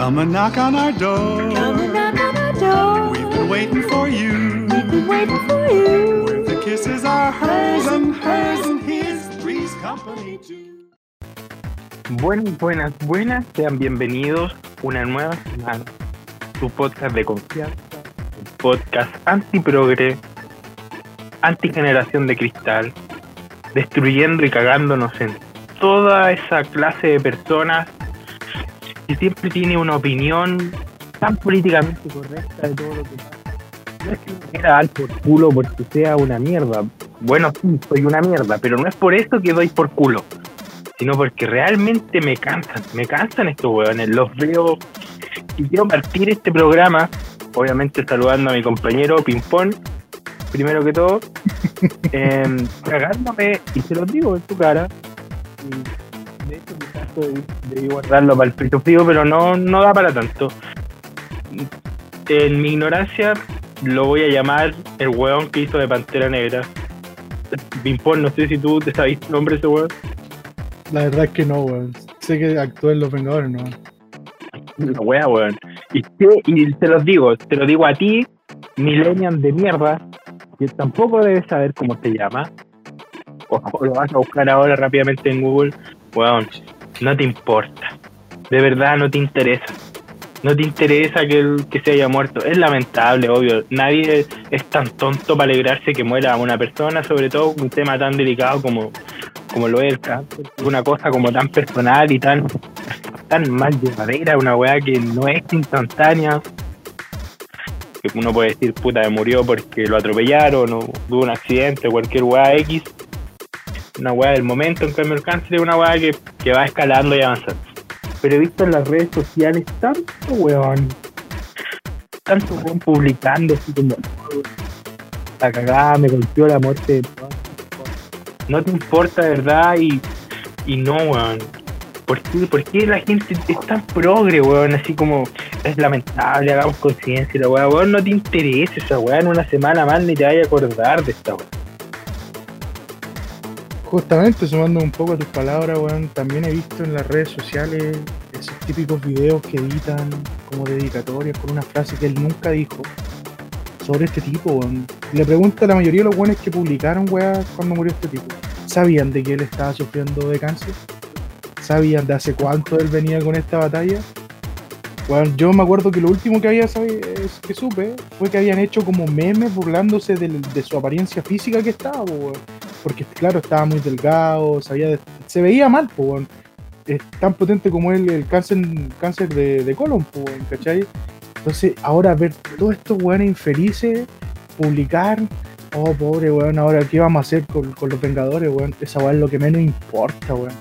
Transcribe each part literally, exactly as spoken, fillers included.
Come and knock on our door. Come and knock on our door. We've been waiting for you. We've been waiting for you. Where the kisses are hers and hers and his. Three's company too. Buenas, buenas, buenas. Sean bienvenidos una nueva semana. Tu podcast de confianza. Un podcast anti-progre, anti-generación de cristal, destruyendo y cagándonos en toda esa clase de personas que siempre tiene una opinión tan políticamente correcta de todo lo que pasa. No es que me quiera dar por culo porque sea una mierda. Bueno, sí, soy una mierda, pero no es por eso que doy por culo, sino porque realmente me cansan, me cansan estos hueones, los veo. Y quiero partir este programa, obviamente saludando a mi compañero Pimpón, primero que todo, eh, cagándome, y se lo digo en tu cara. Y de hecho quizás debí, debí guardarlo para el pecho frío, pero no, no da para tanto. En mi ignorancia lo voy a llamar el hueón que hizo de Pantera Negra. Pimpón, no sé si tú te sabes el nombre de ese hueón. La verdad es que no, weón. Sé que actúa en Los Vengadores, no. Una wea, weón. Y, te, y te los digo, te lo digo a ti, millennial de mierda, que tampoco debes saber cómo se llama. O, o lo vas a buscar ahora rápidamente en Google. Weón, no te importa. De verdad no te interesa. No te interesa que, el, que se haya muerto. Es lamentable, obvio. Nadie es tan tonto para alegrarse que muera una persona, sobre todo un tema tan delicado como, como lo es el cáncer. Una cosa como tan personal y tan, tan mal llevadera, una weá que no es instantánea. Que uno puede decir, puta, murió porque lo atropellaron o tuvo un accidente o cualquier weá X. Una weá del momento, en cambio el cáncer es una weá que, que va escalando y avanzando. Pero he visto en las redes sociales tanto weón, tanto weón publicando así como la cagada, me golpeó la muerte de... No te importa, de verdad, y, y no, weón. ¿Por qué, ¿Por qué la gente es tan progre, weón? Así como, es lamentable, hagamos conciencia y la weá, weón, no te interesa esa weá, en una semana más ni te vayas a acordar de esta weá. Justamente, sumando un poco a tus palabras, weón, también he visto en las redes sociales esos típicos videos que editan como dedicatorias con una frase que él nunca dijo sobre este tipo, weón. Le pregunto a la mayoría de los weones que publicaron, weón, cuando murió este tipo, ¿sabían de que él estaba sufriendo de cáncer? ¿Sabían de hace cuánto él venía con esta batalla? Bueno, yo me acuerdo que lo último que había sabido, que supe fue que habían hecho como memes burlándose de, de su apariencia física que estaba, weón. Porque claro, estaba muy delgado, sabía, se veía mal, po, weón. Es tan potente como él el cáncer, cáncer de, de colon, po, weón, ¿cachai? Entonces, ahora ver todos estos weones infelices publicar, oh pobre weón, ahora qué vamos a hacer con, con los Vengadores, weón. Esa weón es lo que menos importa, weón.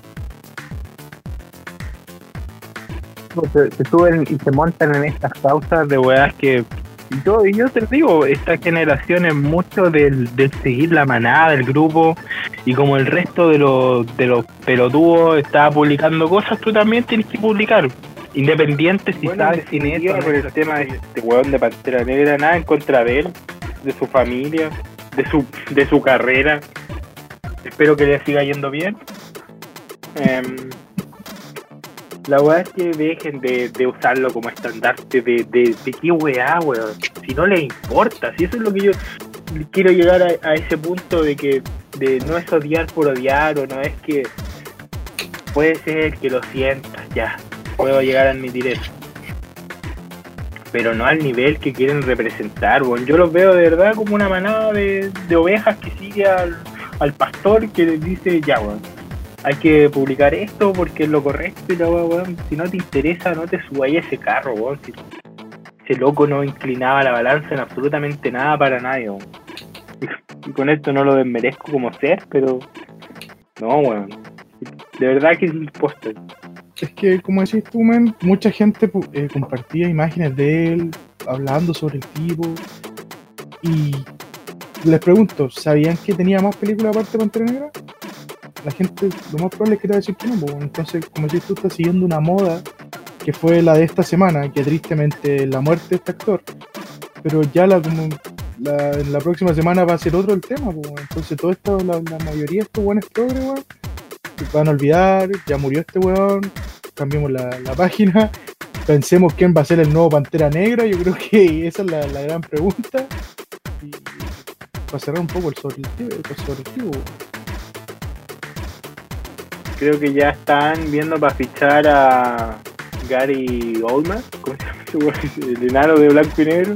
Se, se suben y se montan en estas causas de weas que yo, yo te digo, esta generación es mucho del, del seguir la manada del grupo, y como el resto de los de los pelotudos está publicando cosas, tú también tienes que publicar, independiente si bueno, sabes sin eso, por el tema de este weón de Pantera Negra, nada en contra de él, de su familia, de su de su carrera. Espero que le siga yendo bien. eh, La weá es que dejen de, de usarlo como estandarte de, de, de qué weá, weón. Si no les importa, si eso es lo que yo quiero llegar a, a ese punto de que de no es odiar por odiar, o no es que puede ser que lo sientas, ya, puedo llegar a admitir eso. Pero no al nivel que quieren representar, weón. Yo los veo de verdad como una manada de, de ovejas que sigue al, al pastor que les dice, ya, weón, hay que publicar esto porque es lo correcto y la weá, weón. Si no te interesa, no te subáis a ese carro, weón. Si ese loco no inclinaba la balanza en absolutamente nada para nadie, weón. Y, y con esto no lo desmerezco como ser, pero no, weón. De verdad que es impostor. Es que, como decís tú, man, mucha gente eh, compartía imágenes de él hablando sobre el tipo. Y les pregunto, ¿sabían que tenía más películas aparte de Pantera Negra? La gente, lo más probable es que te va a decir que no, pues. Entonces, como si tú estás siguiendo una moda que fue la de esta semana, que tristemente la muerte de este actor, pero ya la como la, la próxima semana va a ser otro el tema, pues. Entonces todo esto, la, la mayoría de estos buenos progres, weón, van a olvidar, ya murió este weón, cambiamos la, la página, pensemos quién va a ser el nuevo Pantera Negra, yo creo que esa es la, la gran pregunta. Y para cerrar un poco el sobre el tío, el sobre el tío. Creo que ya están viendo para fichar a Gary Oldman, ¿cómo se llama? El enano de blanco y negro.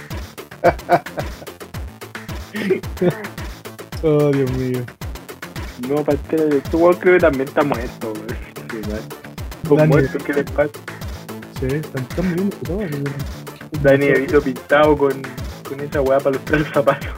Oh, Dios mío. No, Pantera de tu creo que también está muerto, güey. Con muertos, ¿qué les pasa? Sí, están, están muriendo todos. Danny DeVito pintado con, con esa weá para lustrar los zapatos.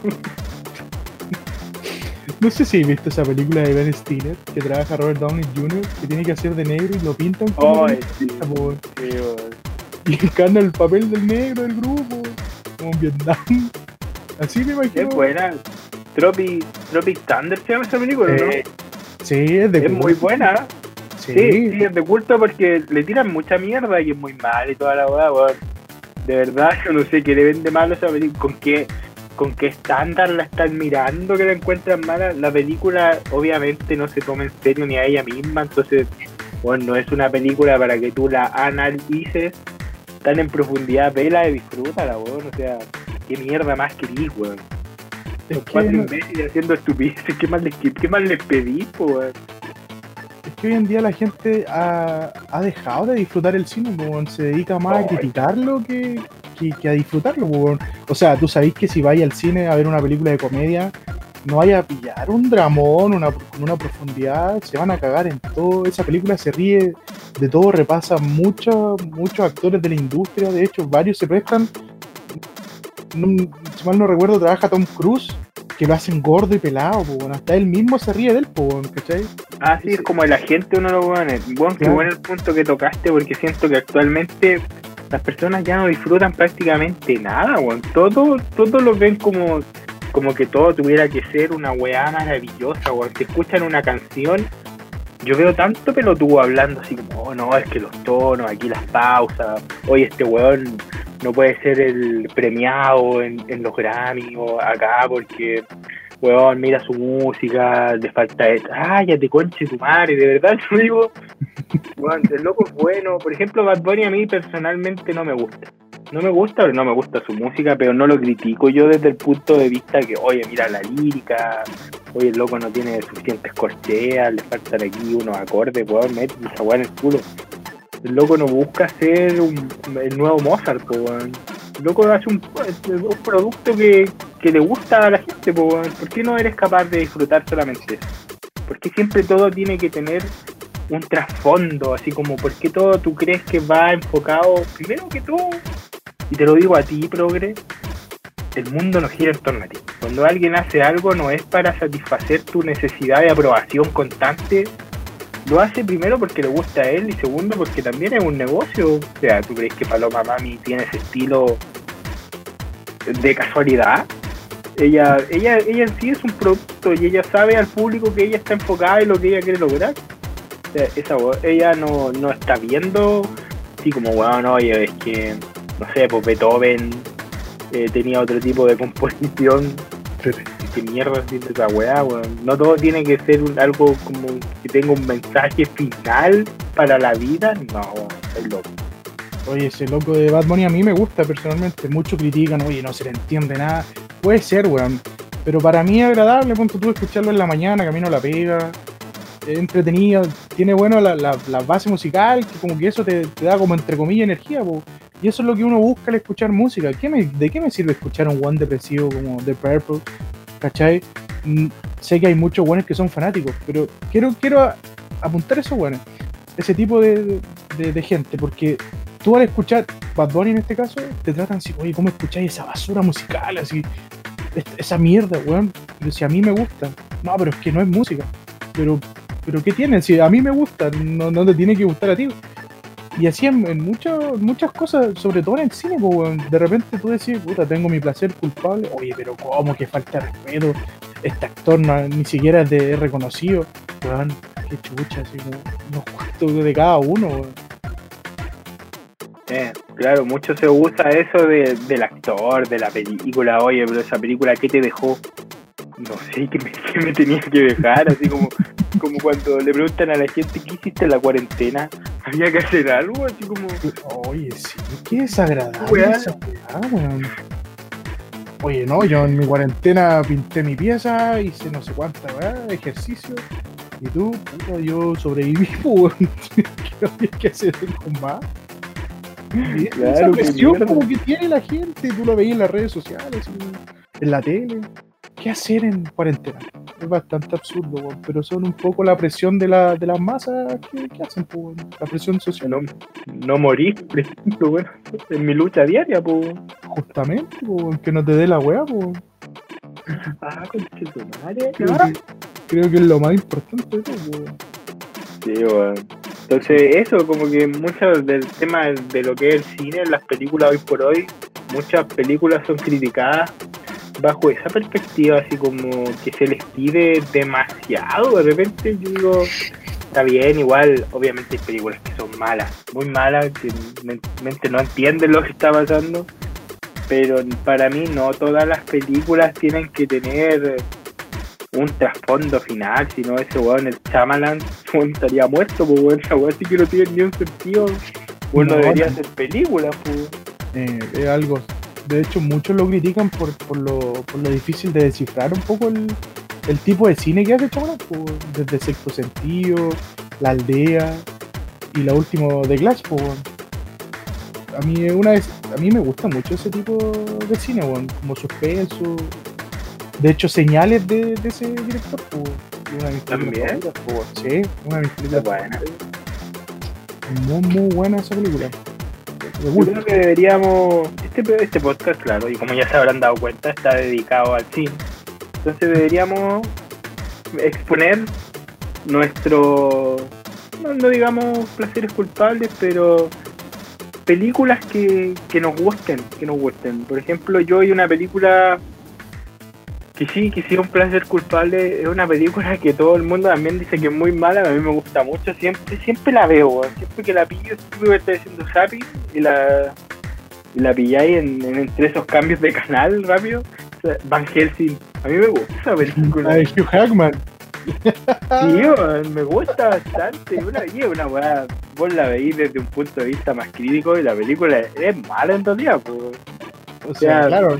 No sé si viste esa película de Ben Stiller que trabaja Robert Downey junior que tiene que hacer de negro y lo pintan como Oh, un sí, artista, po. sí, güey. Y encarna el papel del negro del grupo, como en Vietnam. Así me imagino. Es buena. Tropic, Tropic Thunder se llama esa película, ¿no? Eh, sí, es de Es culto. muy buena. Sí, Sí, sí, es de culto porque le tiran mucha mierda y es muy mal y toda la weá, weón. De verdad, yo no sé qué le vende malo a esa película, con qué, con qué estándar la están mirando que la encuentran mala. La película obviamente no se toma en serio ni a ella misma, entonces, bueno, no es una película para que tú la analices tan en profundidad, vela y disfrútala, weón. O sea, qué mierda más querís, weón. Es Los que, cuatro no- imbéciles haciendo estupideces, ¿qué más les, qué, qué más les pedís, po, weón? es que hoy en día la gente ha, ha dejado de disfrutar el cine, po, weón. Se dedica más a Ay. criticarlo que, que, que a disfrutarlo, po, weón. O sea, tú sabés que si vais al cine a ver una película de comedia, no vaya a pillar un dramón, una, con una profundidad, se van a cagar en todo. Esa película se ríe de todo, repasa muchos muchos actores de la industria, de hecho varios se prestan. No, si mal no recuerdo, trabaja Tom Cruise, que lo hacen gordo y pelado, po, bueno, hasta él mismo se ríe de él, po, bueno, ¿cachai? Ah, sí, es como el agente uno de los buenos. Bueno, qué Claro. bueno el punto que tocaste, porque siento que actualmente las personas ya no disfrutan prácticamente nada, weón. Todo, todo lo ven como, como que todo tuviera que ser una weá maravillosa, weón. Que escuchan una canción, yo veo tanto pelotudo hablando así como, oh no, es que los tonos, aquí las pausas, oye, este weón no puede ser el premiado en, en los Grammy o acá porque, weón, mira su música, le falta esto. Ah, ya te conche tu madre, de verdad, yo digo, weón, el loco es bueno. Por ejemplo, Bad Bunny a mí personalmente no me gusta. No me gusta, no me gusta su música, pero no lo critico yo desde el punto de vista que, oye, mira la lírica, oye, el loco no tiene suficientes corcheas, le faltan aquí unos acordes, weón, mete esa weá en el culo. El loco no busca ser un, el nuevo Mozart, po, weón. El loco hace un, un producto que, que le gusta a la gente, po, weón. ¿Por qué no eres capaz de disfrutar solamente eso? ¿Por qué siempre todo tiene que tener un trasfondo? Así como, ¿por qué todo tú crees que va enfocado? Primero que todo, y te lo digo a ti, progre, el mundo no gira en torno a ti. Cuando alguien hace algo no es para satisfacer tu necesidad de aprobación constante. Lo hace primero porque le gusta a él y segundo porque también es un negocio. O sea, ¿tú crees que Paloma Mami tiene ese estilo de casualidad? Ella, ella, ella en sí es un producto y ella sabe al público que ella está enfocada en lo que ella quiere lograr. O sea, esa, ella no, no está viendo así como, bueno, oye, es que, no sé, pues Beethoven eh, tenía otro tipo de composición. ¿Qué mierda es esa weá, weón? No todo tiene que ser un, algo como que tenga un mensaje final para la vida. No, weón, es loco. Oye, ese loco de Bad Bunny a mí me gusta personalmente. Muchos critican, oye, no se le entiende nada. Puede ser, weón. Pero para mí es agradable, ponte tú, escucharlo en la mañana, camino a la pega. Es entretenido, tiene bueno la, la, la base musical, que como que eso te, te da como entre comillas energía, po. Y eso es lo que uno busca al escuchar música. ¿Qué me, ¿De qué me sirve escuchar un one depresivo como The Purple? ¿Cachai? Mm, sé que hay muchos buenos que son fanáticos, pero quiero, quiero a, apuntar a esos buenos, ese tipo de, de, de gente, porque tú al escuchar Bad Bunny en este caso, te tratan así, oye, ¿cómo escucháis esa basura musical? Así, esa mierda, weón. Pero si a mí me gusta, no, pero es que no es música. Pero, pero ¿qué tiene? Si a mí me gusta, no, no te tiene que gustar a ti. Y así en, en muchas muchas cosas, sobre todo en el cine, pues, weón. De repente tú decís, puta, tengo mi placer culpable. Oye, pero ¿cómo? Que falta de respeto. Este actor no, ni siquiera es, de, es reconocido. Weón, qué chucha, así como unos cuantos de cada uno, weón. Eh, claro, mucho se usa eso de, del actor, de la película. Oye, pero esa película, ¿qué te dejó? No sé, ¿qué me, qué me tenía que dejar? Así como, como cuando le preguntan a la gente, ¿qué hiciste en la cuarentena? había que hacer algo, así como... Oye, sí, qué desagradable Weá. esa weá, weón. Oye, no, yo en mi cuarentena pinté mi pieza, hice no sé cuánta weá, ejercicio. Y tú, puta, yo sobreviví, pues, weón. ¿Qué había que hacer con más? Y Claro, esa qué presión mierda. como que tiene la gente, tú lo veías en las redes sociales, en, en la tele. ¿Qué hacer en cuarentena? Es bastante absurdo, weón, pero son un poco la presión de, la, de las masas que, que hacen, pues, weón, la presión social. No, no morir, por ejemplo, bueno, en mi lucha diaria, pues. Justamente, po, que no te dé la weá, po. Ah, conchetumare. Creo, que, creo que es lo más importante de todo, po. Sí, bueno. Entonces, eso, como que mucho del tema de lo que es el cine, las películas hoy por hoy, muchas películas son criticadas bajo esa perspectiva, así como que se les pide demasiado. De repente yo digo, está bien, igual, obviamente hay películas que son malas, muy malas, que mente no entienden lo que está pasando, pero para mí no todas las películas tienen que tener un trasfondo final, si no ese weón, el Shyamalan, weón, estaría muerto, pues weón, esa weón sí que no tiene ni un sentido, weón, no, No, debería no. hacer películas, pues. Eh, es algo. De hecho, muchos lo critican por, por, lo, por lo difícil de descifrar un poco el, el tipo de cine que hace Shyamalan, po, desde Sexto Sentido, La Aldea y la última de Glass, po, weón. A mí es una vez, a mí me gusta mucho ese tipo de cine, weón, como suspenso. De hecho, Señales de, de ese director, po, una de mis películas ¿También? favoritas, po, weón. Sí, una de mis películas Buena. favoritas. Muy, muy buena esa película. Me Yo gusta. creo que deberíamos, este, este podcast, claro, y como ya se habrán dado cuenta, está dedicado al cine. Entonces deberíamos exponer nuestro, no, no digamos placeres culpables, pero películas que, que nos gusten, que nos gusten. Por ejemplo, yo hay una película que sí, que sí es un placer culpable, es una película que todo el mundo también dice que es muy mala, a mí me gusta mucho, siempre siempre la veo, weón. Siempre que la pillo, siempre que estoy haciendo zapping y la, y la pilláis en, en entre esos cambios de canal rápido, o sea, Van Helsing, a mí me gusta esa película. La de Hugh Jackman. Sí, weón, me gusta bastante, una, y es una weá, vos la veís desde un punto de vista más crítico y la película es, es mala en realidad, pues. O sea, Ya. claro,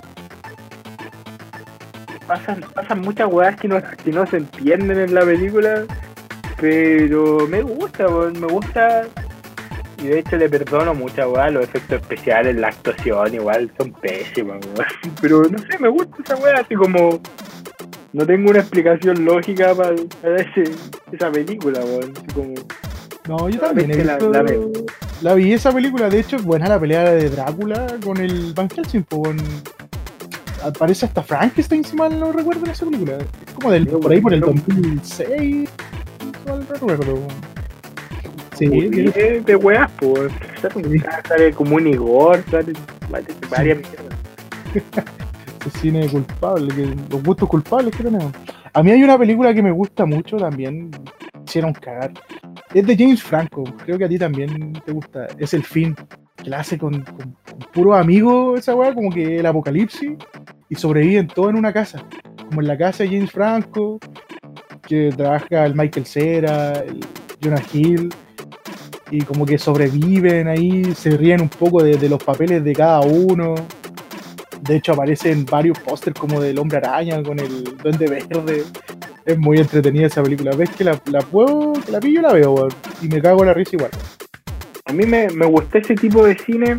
Pasan, pasan muchas weas que no, que no se entienden en la película, pero me gusta, weón, me gusta, y de hecho le perdono muchas weas, los efectos especiales, la actuación igual son pésimos, weón, pero no sé, me gusta esa wea, así como no tengo una explicación lógica para, para ese, esa película, weón, así como no, yo también he solamente la, visto, la veo. la vi esa película, de hecho es buena la pelea de Drácula con el Van Helsing, po, con... aparece hasta Frankenstein, si mal no recuerdo, en esa película. Es como del, por ahí por el dos mil seis, si mal no recuerdo. Sí, Uy, tiene- de, de weas, pues, sale, sale como un Igor, sale, sale varias mierdas. ese cine culpable, que, los gustos culpables que tenemos. A mí hay una película que me gusta mucho también, hicieron cagar. Es de James Franco, creo que a ti también te gusta. Es El Fin, que la hace con, con, con puros amigos, esa weá, como que el apocalipsis, y sobreviven todos en una casa. Como en la casa de James Franco, que trabaja el Michael Cera, el Jonah Hill, y como que sobreviven ahí, se ríen un poco de, de los papeles de cada uno. De hecho aparecen varios pósters como del Hombre Araña con el Duende Verde. Es muy entretenida esa película. Ves que la, la puedo, que la pillo y la veo, weón. Y me cago en la risa igual. A mí me, me gustó ese tipo de cine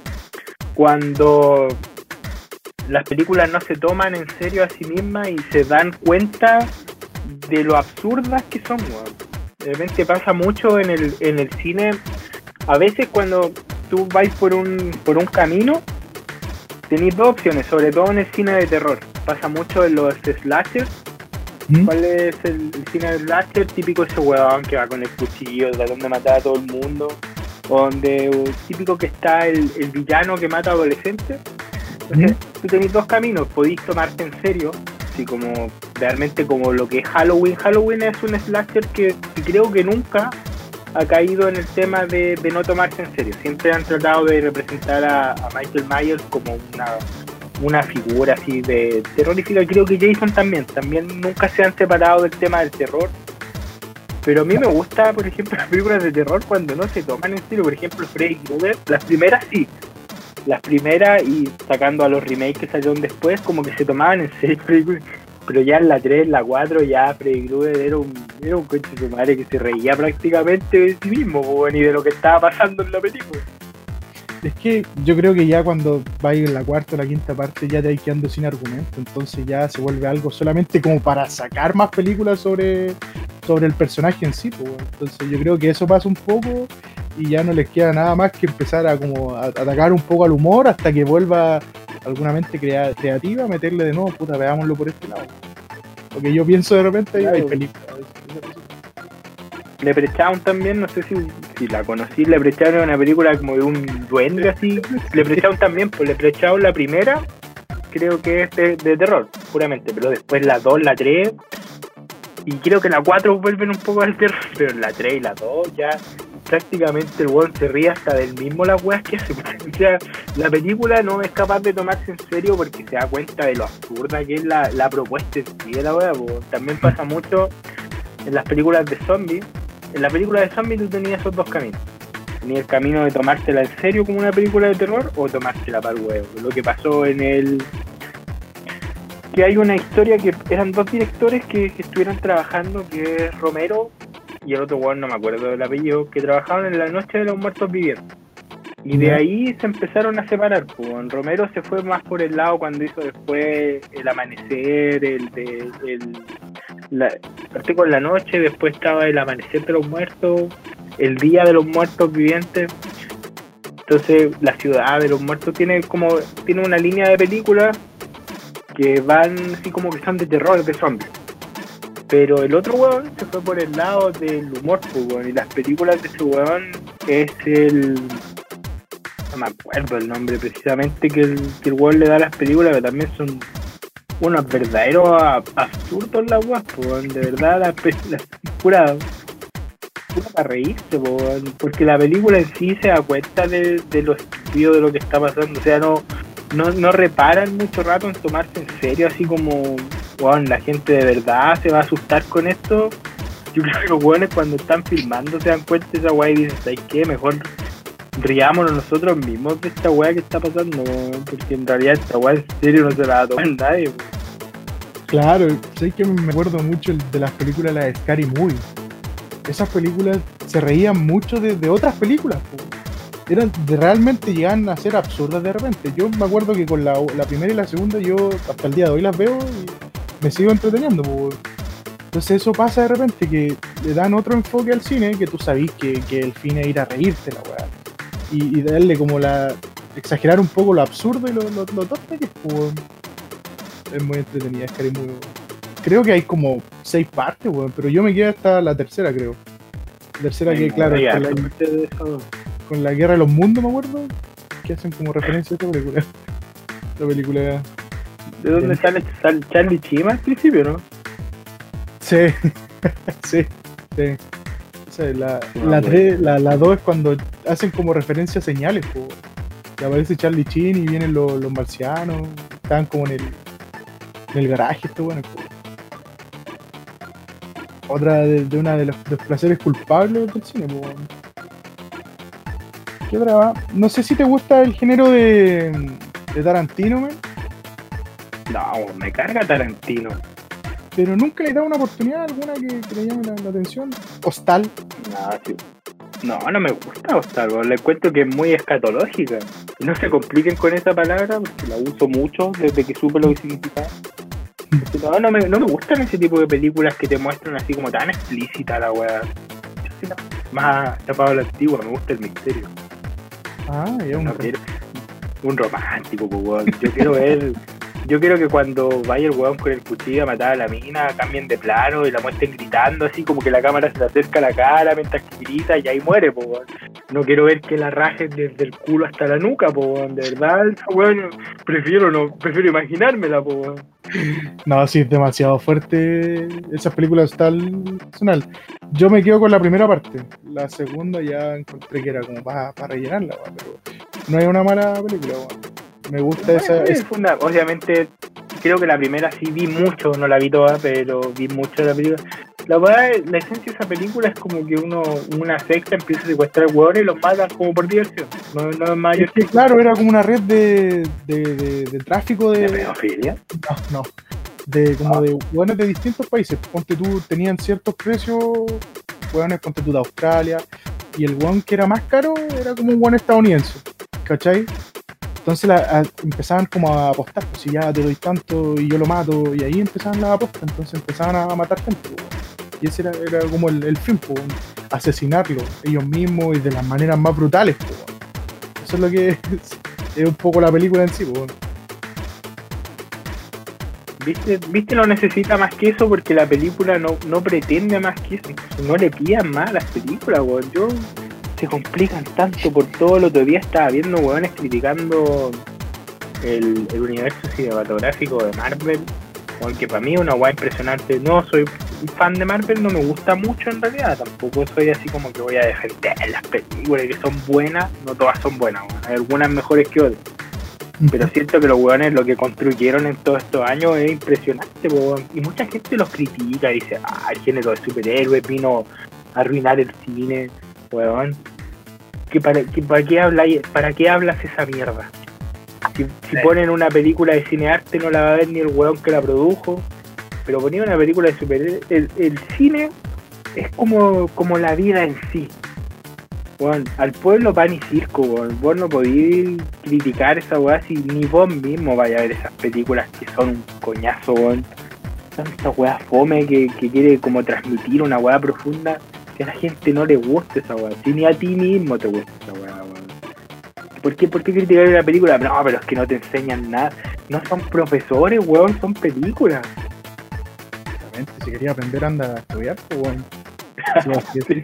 cuando las películas no se toman en serio a sí mismas y se dan cuenta de lo absurdas que son, weón. De repente pasa mucho en el, en el cine. A veces cuando tú vais por un, por un camino, tenéis dos opciones, sobre todo en el cine de terror. Pasa mucho en los slashers. ¿Mm? ¿Cuál es el, el cine de slasher? Típico ese weón que va con el cuchillo tratando de matar a todo el mundo. O donde uh, típico que está el, el villano que mata a adolescentes. Entonces, ¿Mm? tú tenés dos caminos, podéis tomarte en serio, así como realmente como lo que es Halloween. Halloween es un slasher que, que creo que nunca ha caído en el tema de, de no tomarse en serio. Siempre han tratado de representar a, a Michael Myers como una, una figura así de terrorífica. Creo que Jason también, también nunca se han separado del tema del terror. Pero a mí me gusta, por ejemplo, las películas de terror cuando no se toman en serio. Por ejemplo, Freddy Krueger, las primeras sí. Las primeras, y sacando a los remakes que salieron después, como que se tomaban en serio Freddy Krueger. Pero ya en la tres, en la cuatro, ya Freddy Krueger era un, era un coche de su madre que se reía prácticamente de sí mismo, po, ni de lo que estaba pasando en la película. Es que yo creo que ya cuando vais en la cuarta o la quinta parte ya te vais quedando sin argumento, entonces ya se vuelve algo solamente como para sacar más películas sobre, sobre el personaje en sí, pues. Entonces yo creo que eso pasa un poco y ya no les queda nada más que empezar a como a, a atacar un poco al humor hasta que vuelva alguna mente crea, creativa, meterle de nuevo, puta, veámoslo por este lado. Porque yo pienso de repente, Claro. hay películas. Leprechaun también, no sé si, si la conocí. Leprechaun era una película como de un duende así. Leprechaun también, pues Leprechaun la primera creo que es de, de terror, puramente, pero después la dos, la tres y creo que la cuatro vuelven un poco al terror, pero en la tres y la dos ya prácticamente el weón se ríe hasta del mismo las weas que hace. O sea, la película no es capaz de tomarse en serio porque se da cuenta de lo absurda que es la, la propuesta en sí de la wea, pues. También pasa mucho en las películas de zombies. En la película de zombies tú tenías esos dos caminos. Tenías el camino de tomártela en serio como una película de terror o tomártela para el huevo. Lo que pasó en el... que hay una historia que eran dos directores que, que estuvieron trabajando, que es Romero y el otro hueón, no me acuerdo del apellido, que trabajaban en La Noche de los Muertos Vivientes. Y de ahí se empezaron a separar. Pues Romero se fue más por el lado cuando hizo después El Amanecer, el de... El, La, partí con La Noche, después estaba El Amanecer de los Muertos, El Día de los Muertos Vivientes. Entonces La Ciudad de los Muertos tiene como tiene una línea de películas que van así como que son de terror, de zombies. Pero el otro huevón se fue por el lado del humor, pues, y las películas de ese huevón es el... no me acuerdo el nombre precisamente que el, que el huevón le da a las películas, pero también son unos verdaderos absurdos las guas, pues, de verdad, las la, pura, pura para reírse, pues, porque la película en sí se da cuenta de, de lo estúpido de lo que está pasando, o sea, no, no, no reparan mucho rato en tomarse en serio, así como, wow, la gente de verdad se va a asustar con esto. Yo creo que los hueones cuando están filmando se dan cuenta de esa weá y dicen, ¿sabes qué? Mejor riámonos nosotros mismos de esta weá que está pasando, porque en realidad esta weá en serio no se la va a tomar nadie. Claro, sé que me acuerdo mucho de las películas, la de Scary Movie. Esas películas se reían mucho de, de otras películas, po. Eran, de, realmente llegan a ser absurdas de repente. Yo me acuerdo que con la, la primera y la segunda yo hasta el día de hoy las veo y me sigo entreteniendo, po. Entonces eso pasa de repente, que le dan otro enfoque al cine, que tú sabís que, que el fin es ir a reírte la weá. Y, y darle como la... exagerar un poco lo absurdo y lo, lo, lo tonto que es, pues, es muy entretenida, es que muy... Creo que hay como seis partes, weón, pero yo me quedé hasta la tercera, creo. La tercera que, claro, con la, con la Guerra de los Mundos, me acuerdo, que hacen como referencia a esta película. La película... ¿De dónde de... sale, sale Charlie Chima al principio, no? Sí, sí, sí. O sea, la, no, la, tres, la, la dos es cuando hacen como referencia a señales, po. Que aparece Charlie Sheen y vienen los, los marcianos, están como en el, en el garaje, esto bueno. Po. Otra de, de una de los, de los placeres culpables del cine, po. ¿Qué otra va? No sé si te gusta el género de, de Tarantino, man. No, me carga Tarantino. Pero nunca le da una oportunidad alguna que, que le llame la, la atención. Hostal. No, sí. no, no me gusta Hostal, le encuentro que es muy escatológica. No se compliquen con esa palabra porque la uso mucho desde que supe lo que significaba. No, no me, no me gustan ese tipo de películas que te muestran así como tan explícita la weá. Yo soy más tapado a la antigua, me gusta el misterio. Ah, ya un, no, quiero, un romántico, pues, weón. Yo quiero ver... Yo quiero que cuando vaya el weón con el cuchillo a matar a la mina, cambien de plano y la muestren gritando así, como que la cámara se le acerca a la cara mientras que grita y ahí muere, po, weón. No quiero ver que la rajen desde el culo hasta la nuca, po, weón. De verdad, weón, prefiero no, prefiero imaginármela, po, weón. No, sí, es demasiado fuerte. Esas películas tal personal. Yo me quedo con la primera parte. La segunda ya encontré que era como para pa rellenarla, weón, pero no es una mala película, weón. Me gusta bueno, esa... Es una, obviamente, creo que la primera sí vi mucho, no la vi toda, pero vi mucho de la película. La verdad, la esencia de esa película es como que uno, una secta empieza a secuestrar hueones y los matan como por diversión. No, no es mayor Es que, claro, era como una red de, de, de, de tráfico de... de pedofilia. No, no. De como de hueones de distintos países. Ponte tú, tenían ciertos precios, hueones, ponte tú de Australia. Y el hueón que era más caro era como un hueón estadounidense. ¿Cachai? Entonces la, a, empezaban como a apostar, pues si ya te doy tanto y yo lo mato, y ahí empezaban las apuestas, entonces empezaban a matar gente, pues. Y ese era, era como el, el fin, pues, asesinarlo ellos mismos y de las maneras más brutales, pues. Eso es lo que es, es un poco la película en sí, pues. ¿Viste? ¿Viste? No necesita más que eso porque la película no, no pretende más que eso. No le pidan más a las películas, weón. Yo... se complican tanto por todo. El otro día estaba viendo hueones criticando el, el universo cinematográfico de Marvel, porque para mí es una hueá impresionante. No soy fan de Marvel, no me gusta mucho en realidad, tampoco soy así como que voy a defender las películas que son buenas, no todas son buenas, bueno, hay algunas mejores que otras, pero siento que los hueones lo que construyeron en todos estos años es impresionante, po, y mucha gente los critica y dice, ah, el género de superhéroes vino a arruinar el cine. Weón, ¿que para, que, para, qué habla, ¿para qué hablas esa mierda? Si, si ponen una película de cinearte no la va a ver ni el weón que la produjo, pero ponía una película de superhéroes. El, el cine es como, como la vida en sí. Weón, al pueblo pan y circo, weón. Vos no podís criticar esa weá si ni vos mismo vayas a ver esas películas que son un coñazo, weón. Son esas weas fome que, que quiere como transmitir una weá profunda. Que a la gente no le gusta esa weá, si ni a ti mismo te gusta esa weá, weón. ¿Por qué, ¿Por qué criticar una película? No, pero es que no te enseñan nada. No son profesores, weón, son películas. Exactamente, si quería aprender anda a estudiar, pues bueno. Sí, sí,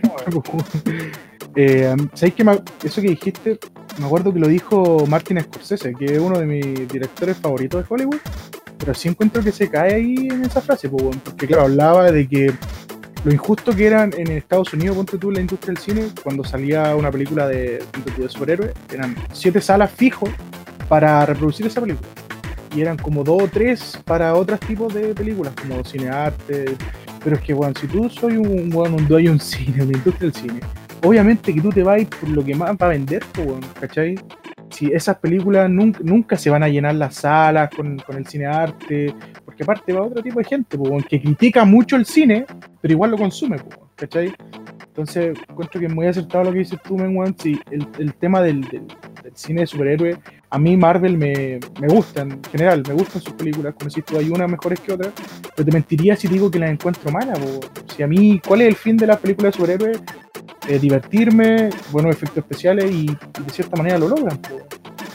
eh, ¿sabes qué? Eso que dijiste, me acuerdo que lo dijo Martin Scorsese, que es uno de mis directores favoritos de Hollywood, pero sí encuentro que se cae ahí en esa frase, pues bueno, porque claro, hablaba de que lo injusto que eran en Estados Unidos, ponte tú, la industria del cine, cuando salía una película de, de superhéroes, eran siete salas fijos para reproducir esa película. Y eran como dos o tres para otros tipos de películas, como cinearte. Pero es que, bueno, si tú soy un, bueno, un dueño de un cine, una industria del cine, obviamente que tú te vas a ir por lo que más va a vender, pues, bueno, ¿cachai? Si esas películas nunca, nunca se van a llenar las salas con, con el cinearte, porque aparte va otro tipo de gente, pues, que critica mucho el cine, pero igual lo consume, pues, ¿cachai? Entonces, encuentro que es muy acertado lo que dices tú, Men, si el, el tema del, del, del cine de superhéroes, a mí Marvel me, me gusta, en general, me gustan sus películas, como decís tú, hay unas mejores que otras, pero te mentiría si digo que las encuentro malas, pues. Si a mí, ¿cuál es el fin de las películas de superhéroes? Eh, divertirme, buenos efectos especiales y, y de cierta manera lo logran, pues.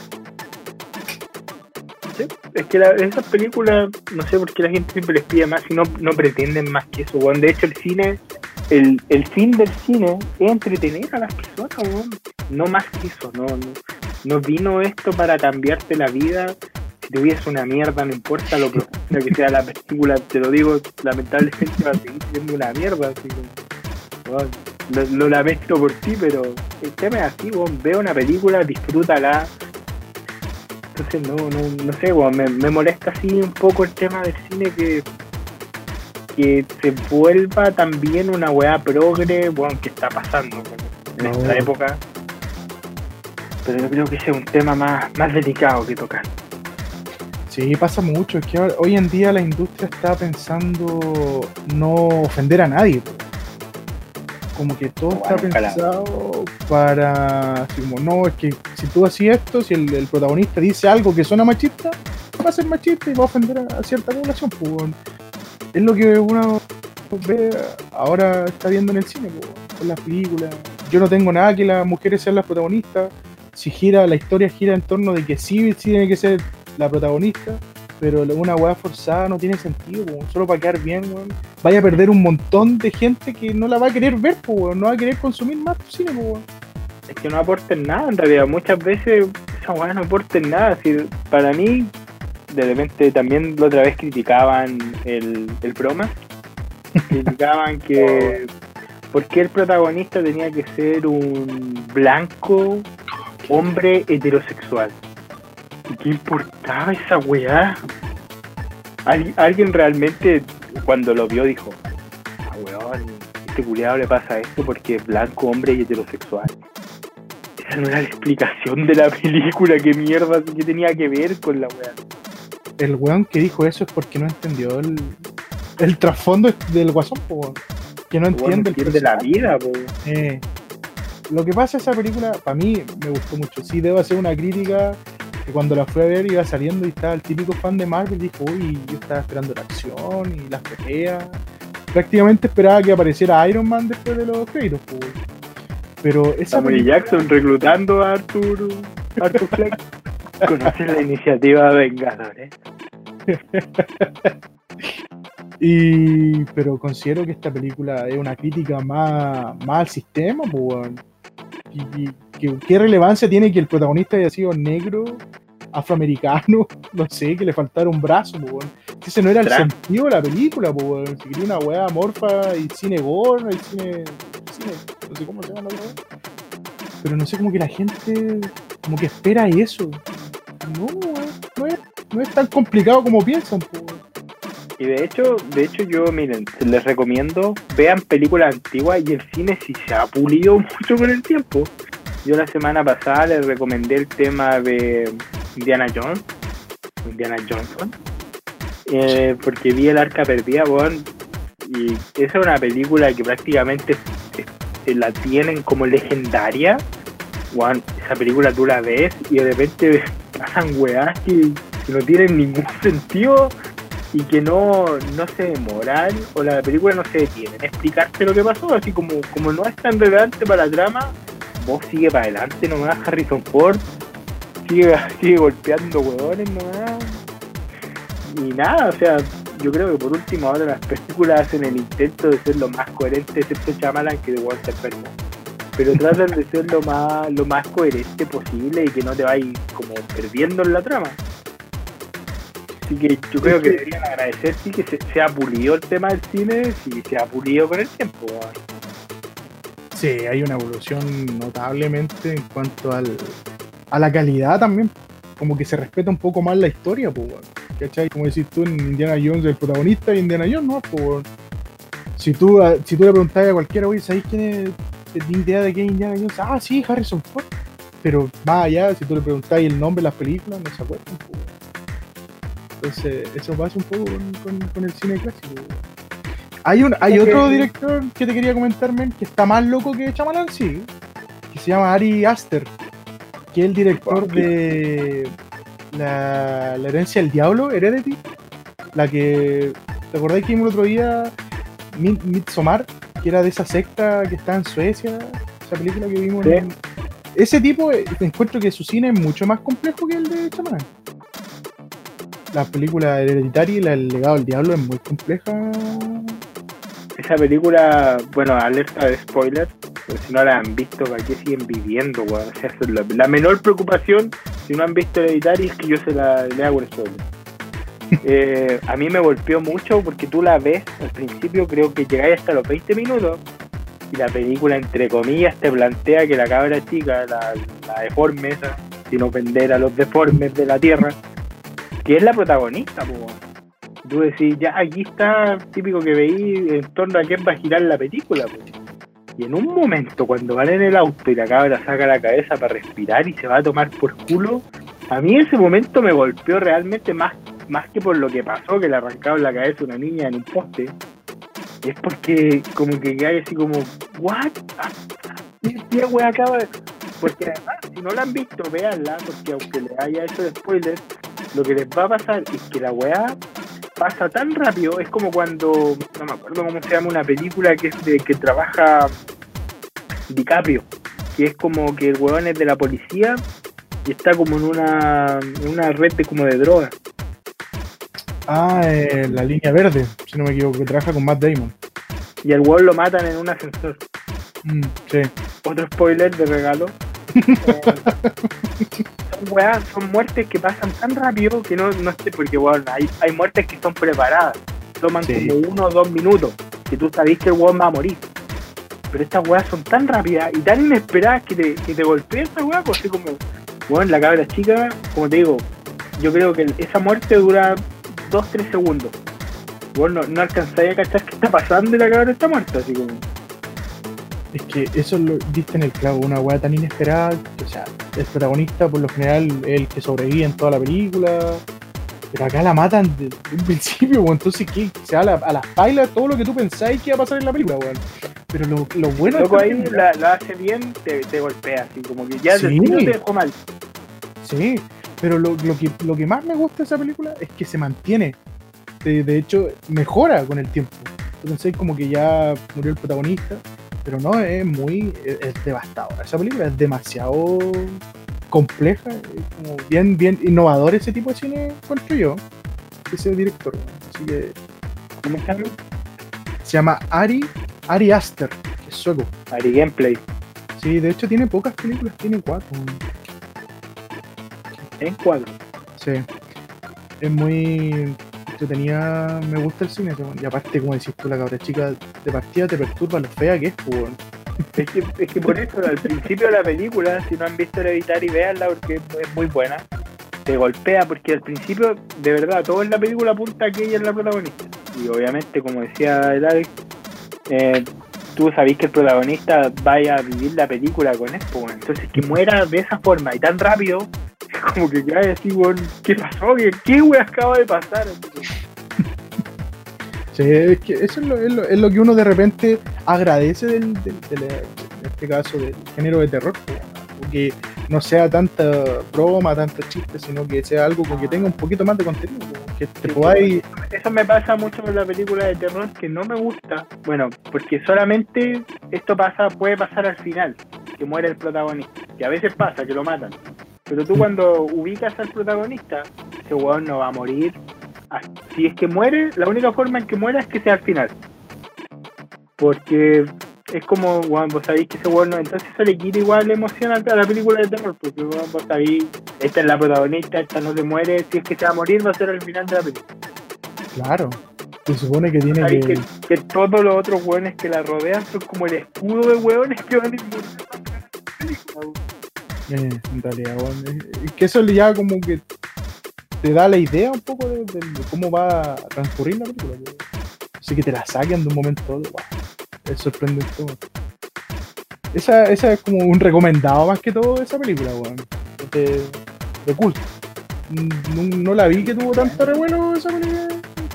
Sí, es que la, esas películas, no sé por qué la gente siempre les pide más y no, no pretenden más que eso, weón. De hecho, el cine, el, el fin del cine es entretener a las personas, weón. No más que eso, no, no, no vino esto para cambiarte la vida. Si tuviese una mierda, no importa lo profunda que sea la película, te lo digo, lamentablemente va a seguir siendo una mierda, así que, weón, lo, lo lamento por ti, pero el tema es así, weón. Ve una película, disfrútala. Entonces no, no, no sé, bueno, me, me molesta así un poco el tema del cine que que se vuelva también una weá progre, bueno, que está pasando en no. esta época, pero yo creo que ese es un tema más, más delicado que tocar. Sí, pasa mucho, es que hoy en día la industria está pensando no ofender a nadie, como que todo bueno, está pensado calado. Para, así como, no, es que si tú haces esto, si el, el protagonista dice algo que suena machista, va a ser machista y va a ofender a, a cierta población, pues, bueno. Es lo que uno ve ahora, está viendo en el cine, pues, con las películas. Yo no tengo nada que las mujeres sean las protagonistas, si gira, la historia gira en torno de que sí, sí tiene que ser la protagonista, pero una weá forzada no tiene sentido, po, solo para quedar bien, weón. Vaya a perder un montón de gente que no la va a querer ver, po, weón. No va a querer consumir más cine, po, weón. Es que no aporten nada, en realidad. Muchas veces esas weas no aporten nada. Si, para mí, de repente también la otra vez criticaban el, el broma. Criticaban que por qué el protagonista tenía que ser un blanco hombre heterosexual. ¿Y qué importaba esa weá? Al, alguien realmente cuando lo vio dijo, ah weón, este culiado le pasa esto porque es blanco, hombre y heterosexual. Esa no era la explicación de la película, qué mierda, qué tenía que ver con la weá. El weón que dijo eso es porque no entendió el, el trasfondo del guasón, po, weón. Que no entiende, Bueno, entiende la vida, po. Eh, lo que pasa esa película, para mí, me gustó mucho. Sí, debo hacer una crítica, que cuando la fui a ver iba saliendo y estaba el típico fan de Marvel, dijo, uy, yo estaba esperando la acción y las peleas. Prácticamente esperaba que apareciera Iron Man después de los créditos, po. Pero esa Samuel película... Jackson reclutando a Arthur, Arthur Fleck. ¿Conoces la iniciativa Vengadores? Y, pero considero que esta película es una crítica más, más al sistema, pues, weón. Y, y que- ¿qué relevancia tiene que el protagonista haya sido negro, afroamericano, no sé, que le faltara un brazo, pues, weón? Que ese no era el Trans. sentido de la película, pues, weón. Si quería una weá amorfa y cine gore, el cine, cine, no sé cómo se llama la otra weá. Pero no sé, como que la gente como que espera eso. No, weón, no es, no es tan complicado como piensan, pues, weón. Y de hecho, de hecho yo, miren, les recomiendo, vean películas antiguas y el cine sí se ha pulido mucho con el tiempo. Yo la semana pasada les recomendé el tema de Indiana Jones, Indiana Johnson, eh, porque vi El Arca Perdida, weón, y esa es una película que prácticamente eh, eh, la tienen como legendaria, weón. Esa película tú la ves y de repente pasan weás que, que no tienen ningún sentido y que no, no se demoran o la película no se detiene en explicarte lo que pasó, así como, como no es tan relevante para la trama, vos sigue para adelante nomás, Harrison Ford sigue, sigue golpeando huevones nomás y nada, o sea, yo creo que por último ahora las películas hacen el intento de ser lo más coherente, excepto Shyamalan, que de Walter enfermo, pero tratan de ser lo más, lo más coherente posible y que no te vayas como perdiendo en la trama. Así que yo creo que deberían agradecer sí que se, se ha pulido el tema del cine, sí se ha pulido con el tiempo. weón. Sí, hay una evolución notablemente en cuanto al, a la calidad también. Como que se respeta un poco más la historia, pues, weón. ¿Cachai? Como decís tú en Indiana Jones, el protagonista de Indiana Jones, ¿no? Pues, weón. Si tú, a- si tú le preguntas a cualquiera, oye, ¿sabéis quién es? ¿Tienes idea de quién es Indiana Jones? Ah, sí, Harrison Ford. Pero más allá, si tú le preguntáis el nombre de las películas, no se acuerdan, pues, weón. Entonces, eso pasa un poco con, con- con el cine clásico, weón. Hay, un, hay Ok. otro director que te quería comentar, men, que está más loco que Shyamalan, sí, que se llama Ari Aster, que es el director de la, la herencia del diablo, Heredity, la que, ¿te acordáis que vimos el otro día? Mid- Midsommar, que era de esa secta que está en Suecia, esa película que vimos. Sí. En, ese tipo, eh, encuentro que su cine es mucho más complejo que el de Shyamalan. La película Hereditary, la El legado del diablo, es muy compleja. Esa película, bueno, alerta de spoiler, pero si no la han visto, ¿para qué siguen viviendo? weón? O sea, eso es la, la menor preocupación, si no han visto Hereditary, es que yo se la le hago el spoiler. Eh, a mí me golpeó mucho porque tú la ves al principio, creo que llegáis hasta los veinte minutos y la película, entre comillas, te plantea que la cabra chica, la, la deforme esa, sin ofender a los deformes de la tierra, que es la protagonista, po. Tú decís, ya aquí está típico que veí en torno a quién va a girar la película, po. Y en un momento, cuando van en el auto y la cabra saca la cabeza para respirar y se va a tomar por culo, a mí ese momento me golpeó realmente más, más que por lo que pasó, que le arrancaron la cabeza a una niña en un poste. Es porque como que hay así como, ¿what? ¿Qué, qué wea acaba de...? Porque además, si no la han visto, véanla, porque aunque les haya hecho de spoiler, lo que les va a pasar es que la weá pasa tan rápido, es como cuando, no me acuerdo cómo se llama una película que es de que trabaja DiCaprio, que es como que el weón es de la policía y está como en una, en una red de como de drogas. Ah, eh, la línea verde, si no me equivoco, que trabaja con Matt Damon. Y al weón lo matan en un ascensor. Mm, sí. Otro spoiler de regalo. Eh, son weas, son muertes que pasan tan rápido que no, no sé, porque bueno, hay, hay muertes que son preparadas, toman Sí. como uno o dos minutos, que tú sabes que el weón va a morir. Pero estas weas son tan rápidas y tan inesperadas que te, que te golpea esa wea, pues así como, bueno, la cabra chica, como te digo, yo creo que esa muerte dura dos tres segundos. Bueno, no, no alcanzáis a cachar qué está pasando y la cabra está muerta, así como. Es que eso lo diste en el clavo, una weá tan inesperada, que, o sea, el protagonista por lo general es el que sobrevive en toda la película, pero acá la matan desde un principio, weón. Entonces, ¿qué? Se va a, la, a las pailas todo lo que tú pensáis que iba a pasar en la película, weón. Pero lo, lo bueno Loco es ahí que la, la hace bien, te, te golpea, así como que ya Sí. del tiro te dejó mal. sí, pero lo, lo, que, lo que más me gusta de esa película es que se mantiene. De, de hecho, mejora con el tiempo. Tú pensáis como que ya murió el protagonista, pero no, es muy. Es, es devastadora. Esa película es demasiado compleja, es como bien, bien innovador ese tipo de cine, encuentro yo, ese director. Así que ¿Cómo se llama? se llama Ari, Ari Aster, es sueco. Ari Gameplay. Sí, de hecho tiene pocas películas, tiene cuatro. En cuadro. Sí, es muy entretenida, me gusta el cine, y aparte, como decís tú, la cabra chica de partida te perturba lo fea que es, pues, weón. Es que, es que por eso, al principio de la película, si no han visto Hereditary, véanla porque es muy buena. Te golpea porque al principio, de verdad, todo en la película apunta a que ella es la protagonista. Y obviamente, como decía el Alex, eh, tú sabés que el protagonista vaya a vivir la película con él, pues, entonces que muera de esa forma y tan rápido, como que cae así, bueno, ¿qué pasó? ¿Qué, qué wea acaba de pasar? Sí, es que eso es lo, es lo, es lo que uno de repente agradece del, del, del, en este caso del género de terror, que no sea tanta broma, tanto chiste, sino que sea algo con que tenga un poquito más de contenido, que te Sí, podáis... Eso me pasa mucho con la película de terror, que no me gusta, bueno, porque solamente esto pasa, puede pasar al final, que muere el protagonista, que a veces pasa, que lo matan, pero tú cuando ubicas al protagonista, ese weón no va a morir. Si es que muere, la única forma en que muera es que sea al final, porque es como, bueno, vos sabéis que ese weón no, entonces eso le quita igual la emoción a la película de terror, porque bueno, vos sabéis, esta es la protagonista, esta no se muere, si es que se va a morir va a ser al final de la película. Claro, se supone que tiene Sabéis que... que, que todos los otros weones que la rodean son como el escudo de weones que van a ir muriendo a la película. Eh, en realidad, bueno, es que eso ya como que te da la idea un poco de, de, de cómo va a transcurrir la película. Así que te la saquen de un momento a otro, wow, es sorprendente todo. Esa, esa es como un recomendado más que todo de esa película, weón. De, de culto. No, no la vi que tuvo tanto revuelo esa película.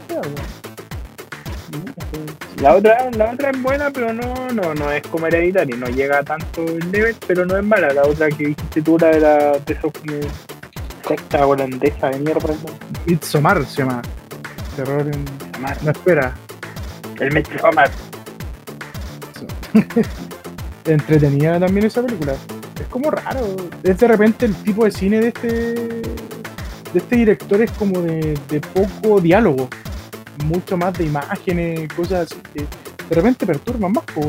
La otra, la otra es buena, pero no, no, no es como Hereditary, no llega a tanto el level, pero no es mala. La otra que dijiste tú, la de, la, de esos como secta holandesa de mierda, ¿no? Midsommar se llama. Terror en... No espera. El Midsommar. Entretenida también esa película. Es como raro. Es de repente el tipo de cine de este de este director es como de, de poco diálogo. Mucho más de imágenes, cosas así que de repente perturban más, pues.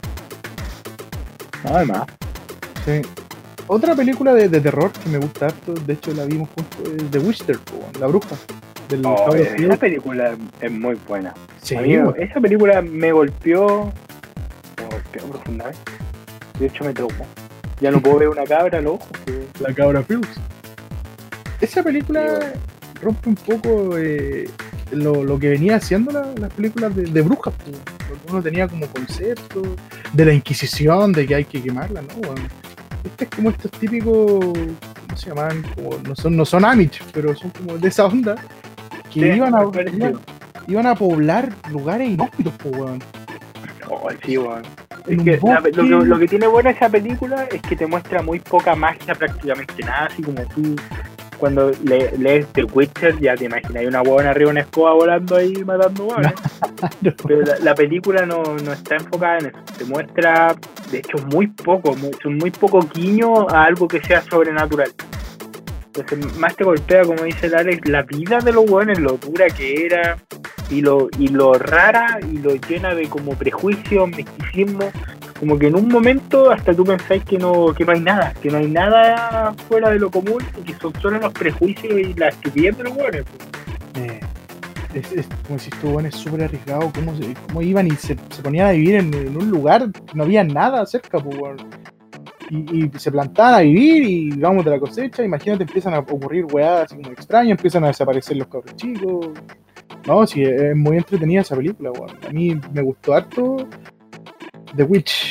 Nada más. Sí. Otra película de, de terror que me gusta harto, de hecho la vimos juntos, es The Witcher, la bruja. Del Oh, Pablo esa Fields. película es muy buena. Sí, Amigo, bueno. esa película me golpeó, me golpeó profundamente. De hecho me traumó. Ya no puedo ver una cabra a los ojos. Que... La cabra Fields. Esa película Sí, bueno. rompe un poco eh, lo, lo que venía haciendo la- las películas de, de brujas, pues. Porque uno tenía como concepto de la Inquisición, de que hay que quemarla, ¿no? Bueno, este es como estos típicos, ¿cómo se llaman? Como, no son, no son Amish, pero son como de esa onda, que Sí, iban, a, me parece. iban, iban a poblar lugares inhóspitos, pues, weón. Oh, sí, bueno. En Es un que la- bosque. lo que lo que tiene buena esa película es que te muestra muy poca magia, prácticamente nada, así como tú cuando le, lees The Witcher ya te imaginas, hay una huevona arriba de una escoba volando ahí matando huevones. Pero la, la película no, no está enfocada en eso, te muestra, de hecho, muy poco, muy, son muy poco guiños a algo que sea sobrenatural. Entonces más te golpea, como dice el Alex, la vida de los huevones, lo dura que era y lo, y lo rara y lo llena de como prejuicios, misticismo, como que en un momento hasta tú pensáis que no, que no hay nada, que no hay nada fuera de lo común y que son solo los prejuicios y la estupidez de los huevones. Eh, es, es como si tú, bueno, es súper arriesgado cómo, se- cómo iban y se, se ponían a vivir en, en un lugar que no había nada cerca, pues, bueno. y, y se plantaban a vivir y vamos de la cosecha. Imagínate, empiezan a ocurrir weadas así como extrañas, empiezan a desaparecer los cabros chicos. No, sí, es muy entretenida esa película, weón. A mí me gustó harto The Witch,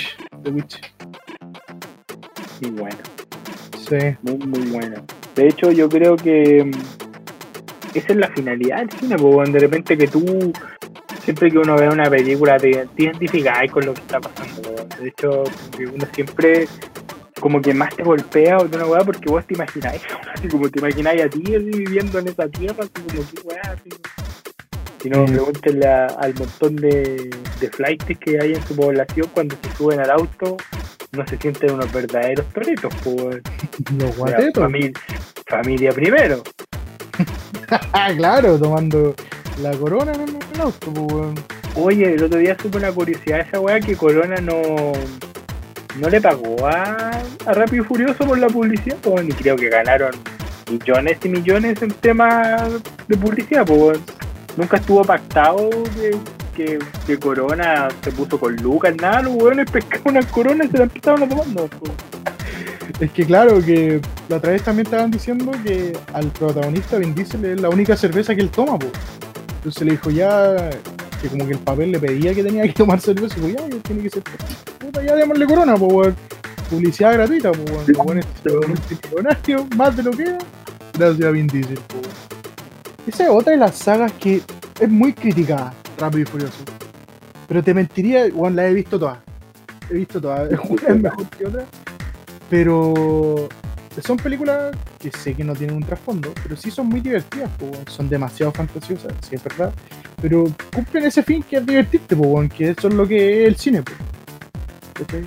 The Witch. Muy bueno, Sí. muy, muy bueno. De hecho, yo creo que mm, esa es la finalidad del cine, pues, de repente que tú, siempre que uno ve una película, te, te identificas con lo que está pasando, po. De hecho, como que uno siempre como que más te golpea o de una weá porque vos te imagináis, así como te imagináis a ti así, viviendo en esa tierra, así como que weá, así. Si no, Mm. pregúntenle a- al montón de, de flights que hay en su población cuando se suben al auto, no se sienten unos verdaderos toretos, pues. Los O sea, guatetos. familia, familia primero. Ah, claro, tomando la corona en el auto, pues, weón. Oye, el otro día supe una curiosidad esa weá que Corona no, no le pagó a, a Rápido y Furioso por la publicidad, pues, y creo que ganaron millones y millones en temas de publicidad, pues. Nunca estuvo pactado que, que, que Corona se puso con Lucas, nada, los weones pescaron una Corona y se la empezaron a tomar, no, pues. Es que claro, que la otra vez también estaban diciendo que al protagonista Vin Diesel es la única cerveza que él toma, pues. Entonces le dijo ya que como que el papel le pedía que tenía que tomar cerveza y dijo ya, ya tiene que ser puta, ya démosle corona, pues, weón. Publicidad gratuita, pues, weón. Los weones se vuelven multimillonarios, más de lo que era, gracias a Vin Diesel, pues, weón. Esa es otra de las sagas que es muy criticada, Rápido y Furioso. Pero te mentiría, weón, la he visto todas. He visto todas, una es mejor que otra. Pero son películas que sé que no tienen un trasfondo, pero sí son muy divertidas, po, weón. Son demasiado fantasiosas, sí es verdad. Pero cumplen ese fin que es divertirte, po, weón, que eso es lo que es el cine, po. ¿Cachai?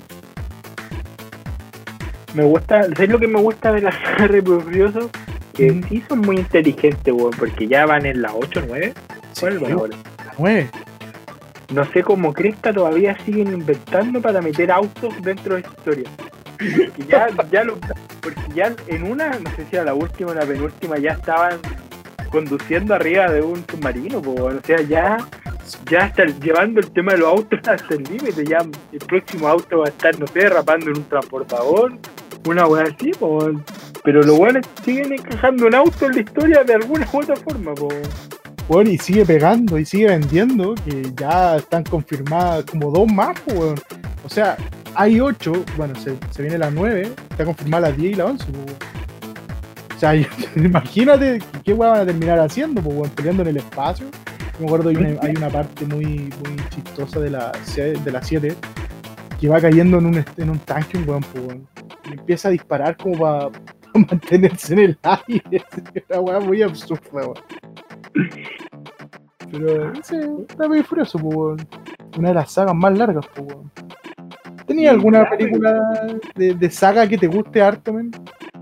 Me gusta, ¿sabes lo que me gusta de la saga de Rápido y Furioso? Que Ujú. sí son muy inteligentes, weón, porque ya van en las ocho o nueve. ¿Cuál Sí, va ahora? La nueve. No sé cómo Cresta todavía siguen inventando para meter autos dentro de la historia. Porque ya, ya lo, porque ya en una, no sé si era la última o la penúltima, ya estaban conduciendo arriba de un submarino, po, o sea, ya, ya está llevando el tema de los autos hasta el límite. Ya el próximo auto va a estar, no sé, derrapando en un transportador, una weá así, po. Pero los weones siguen encajando un auto en la historia de alguna u otra forma, po. Weón, y sigue pegando y sigue vendiendo, que ya están confirmadas como dos más, po, weón. O sea, hay ocho, bueno, se, se viene la nueve, está confirmada la diez y la once, po, weón. O sea, yo- imagínate qué weón van a terminar haciendo, po, weón, peleando en el espacio. Yo me acuerdo, hay una, hay una parte muy, muy chistosa de la, se- de la siete que va cayendo en un, est- en un tanque, un weón, po, weón, y empieza a disparar como para mantenerse en el aire. Es una weá muy absurda, weón. Pero sí, está muy furioso, pues, weón. Una de las sagas más largas, pues, weón. ¿Tenía Sí, alguna claro. película de, de saga que te guste harto, men?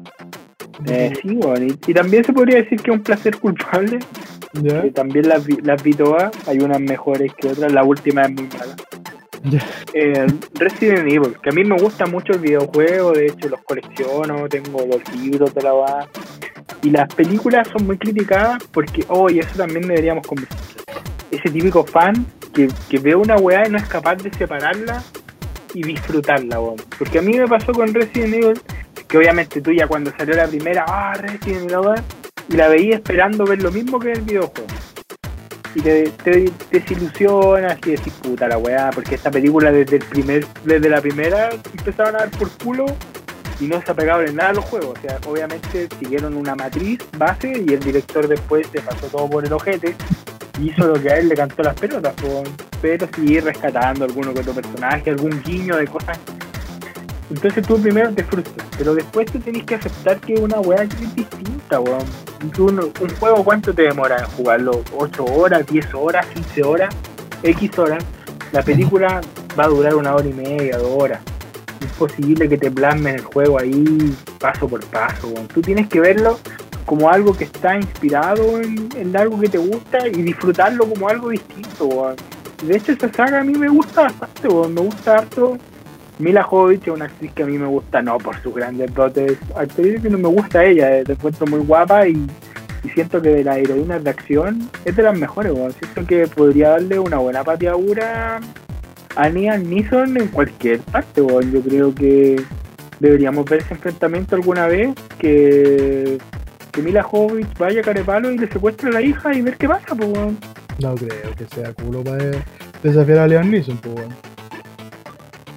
Eh, sí, weón, y, y también se podría decir que es un placer culpable, ¿Ya? que también las vi, las vi todas, hay unas mejores que otras, la última es muy mala. Ya. Eh, Resident Evil, que a mí me gusta mucho el videojuego, de hecho los colecciono, tengo los libros de la V A. Y las películas son muy criticadas porque, oh, y eso también deberíamos conversar. Ese típico fan que, que ve una weá y no es capaz de separarla y disfrutarla, weón. Porque a mí me pasó con Resident Evil, que obviamente tú ya cuando salió la primera, ah, Resident Evil, weón, y la veía esperando ver lo mismo que en el videojuego. Y te, te desilusionas y decís, puta la weá, porque esta película desde el primer, desde la primera empezaron a dar por culo y no se apegaron en nada a los juegos. O sea, obviamente siguieron una matriz base y el director después se pasó todo por el ojete y hizo lo que a él le cantó las pelotas, po. Pero seguir rescatando alguno que otro personaje, algún guiño de cosas. Entonces tú primero te frustras, pero después tú tenés que aceptar que es una weá que es distinta, weón. Y tú, un, un juego, ¿cuánto te demora en jugarlo? ¿ocho horas, diez horas, quince horas, X horas? La película va a durar una hora y media, dos horas. Es posible que te plasmen el juego ahí paso por paso, weón. Tú tienes que verlo como algo que está inspirado en, en algo que te gusta y disfrutarlo como algo distinto, weón. De hecho, esta saga a mí me gusta bastante, weón. Me gusta harto. Mila Jovovich es una actriz que a mí me gusta, no por sus grandes dotes actrices, sino me gusta ella, eh, la encuentro muy guapa y, y siento que de las heroínas de acción es de las mejores, weón. Siento que podría darle una buena pateadura a Liam Neeson en cualquier parte, weón. Yo creo que deberíamos ver ese enfrentamiento alguna vez, que, que Mila Jovovich vaya a carepalo y le secuestre a la hija y ver qué pasa, pues, weón. No creo que sea culo para desafiar a Liam Neeson, pues, weón.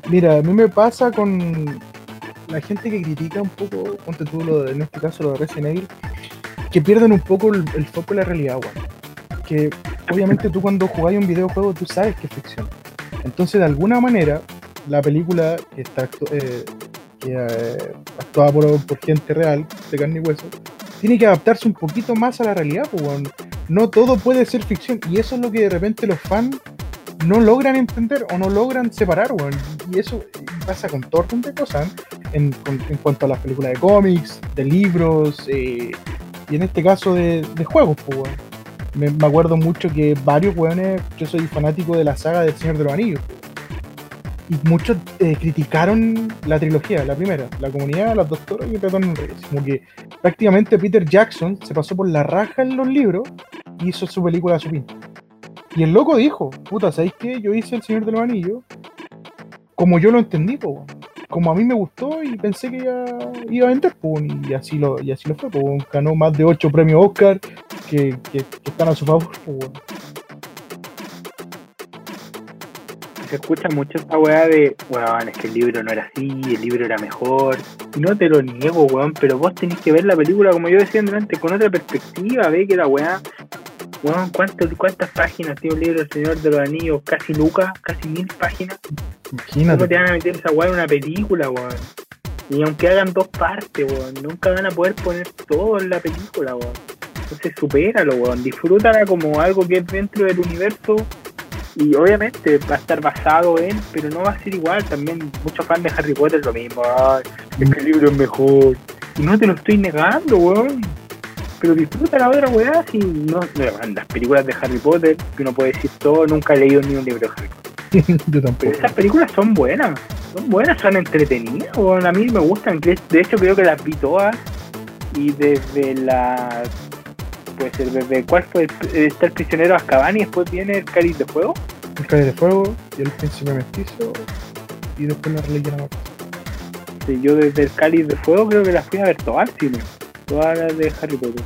Mira, a mí me pasa con la gente que critica un poco, ponte tú lo de- en este caso lo de Resident Evil, que pierden un poco el, el foco de la realidad, weón. Que obviamente tú cuando jugás un videojuego tú sabes que es ficción. Entonces de alguna manera la película que está actu- eh, que, eh, actuada por, por gente real, de carne y hueso, tiene que adaptarse un poquito más a la realidad, pues, weón. No todo puede ser ficción y eso es lo que de repente los fans no logran entender o no logran separar, weón. Y eso pasa con todo orden de cosas, ¿eh? en, con- en cuanto a las películas de cómics, de libros, eh, y en este caso de, de juegos, pues, weón. Me, me acuerdo mucho que varios weones, yo soy fanático de la saga del Señor de los Anillos, y muchos eh, criticaron la trilogía, la primera, la comunidad, las doctoras y el Retorno del Rey. Así como que prácticamente Peter Jackson se pasó por la raja en los libros y hizo su película a su pinta. Y el loco dijo, puta, ¿sabéis qué? Yo hice El Señor de los Anillos como yo lo entendí, po, weón. Como a mí me gustó y pensé que iba, iba a vender, po, weón, y así lo, y así lo fue, po, weón. Ganó más de ocho premios Oscar que, que, que están a su favor, po, weón. Se escucha mucho esta weá de, weón, es que el libro no era así, el libro era mejor. Y no te lo niego, weón, pero vos tenés que ver la película, como yo decía antes, con otra perspectiva, ve que la weá, weón, ¿cuántas, cuántas páginas tiene un libro del Señor de los Anillos? Casi lucas, casi mil páginas. ¿Cómo Imagínate. te van a meter esa weá en una película, weón? Y aunque hagan dos partes, weón, nunca van a poder poner todo en la película, weón. Entonces supéralo, weón, disfrútala como algo que es dentro del universo. Y obviamente va a estar basado en, pero no va a ser igual. También muchos fans de Harry Potter lo mismo. Ay, es que el libro es mejor. Y no te lo estoy negando, weón. Pero disfruta la otra weá. Si no, no, las películas de Harry Potter, que uno puede decir todo, nunca he leído ni un libro de Harry Potter. Yo Pero tampoco. esas películas son buenas. Son buenas, son entretenidas, weón. A mí me gustan. De hecho, creo que las vi todas. Y desde la... Puede ser desde cuál fue, está el prisionero de Azkaban y después viene el Cáliz de Fuego. El Cáliz de Fuego y el Príncipe Mestizo y después la Reliquia de la Muerte. Sí, yo desde el Cáliz de Fuego creo que las fui a ver todas al cine, todas las de Harry Potter.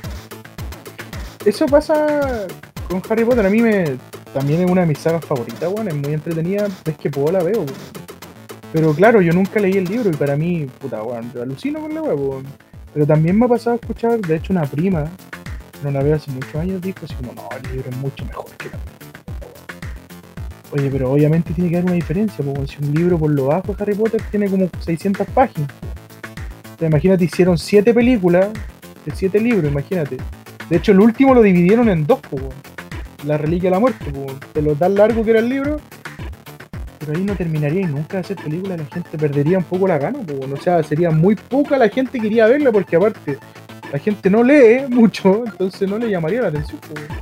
Eso pasa con Harry Potter, a mí me también es una de mis sagas favoritas, weón, es muy entretenida, es que puedo la veo, weón. Pero claro, yo nunca leí el libro y para mí, puta, weón, yo alucino con la weón, weón. Pero también me ha pasado a escuchar, de hecho, una prima, no la veo hace muchos años, dijo así como, no, el libro es mucho mejor que la película. Oye, pero obviamente tiene que haber una diferencia, porque si un libro por lo bajo de Harry Potter tiene como seiscientas páginas. O sea, imagínate, hicieron siete películas de siete libros, imagínate. De hecho, el último lo dividieron en dos, po, weón. La Reliquia de la Muerte, po, weón. De lo tan largo que era el libro. Pero ahí no terminaría y nunca de hacer película, la gente perdería un poco la gana, po, weón. O sea, sería muy poca la gente que iría a verla, porque aparte la gente no lee mucho, entonces no le llamaría la atención, po, weón.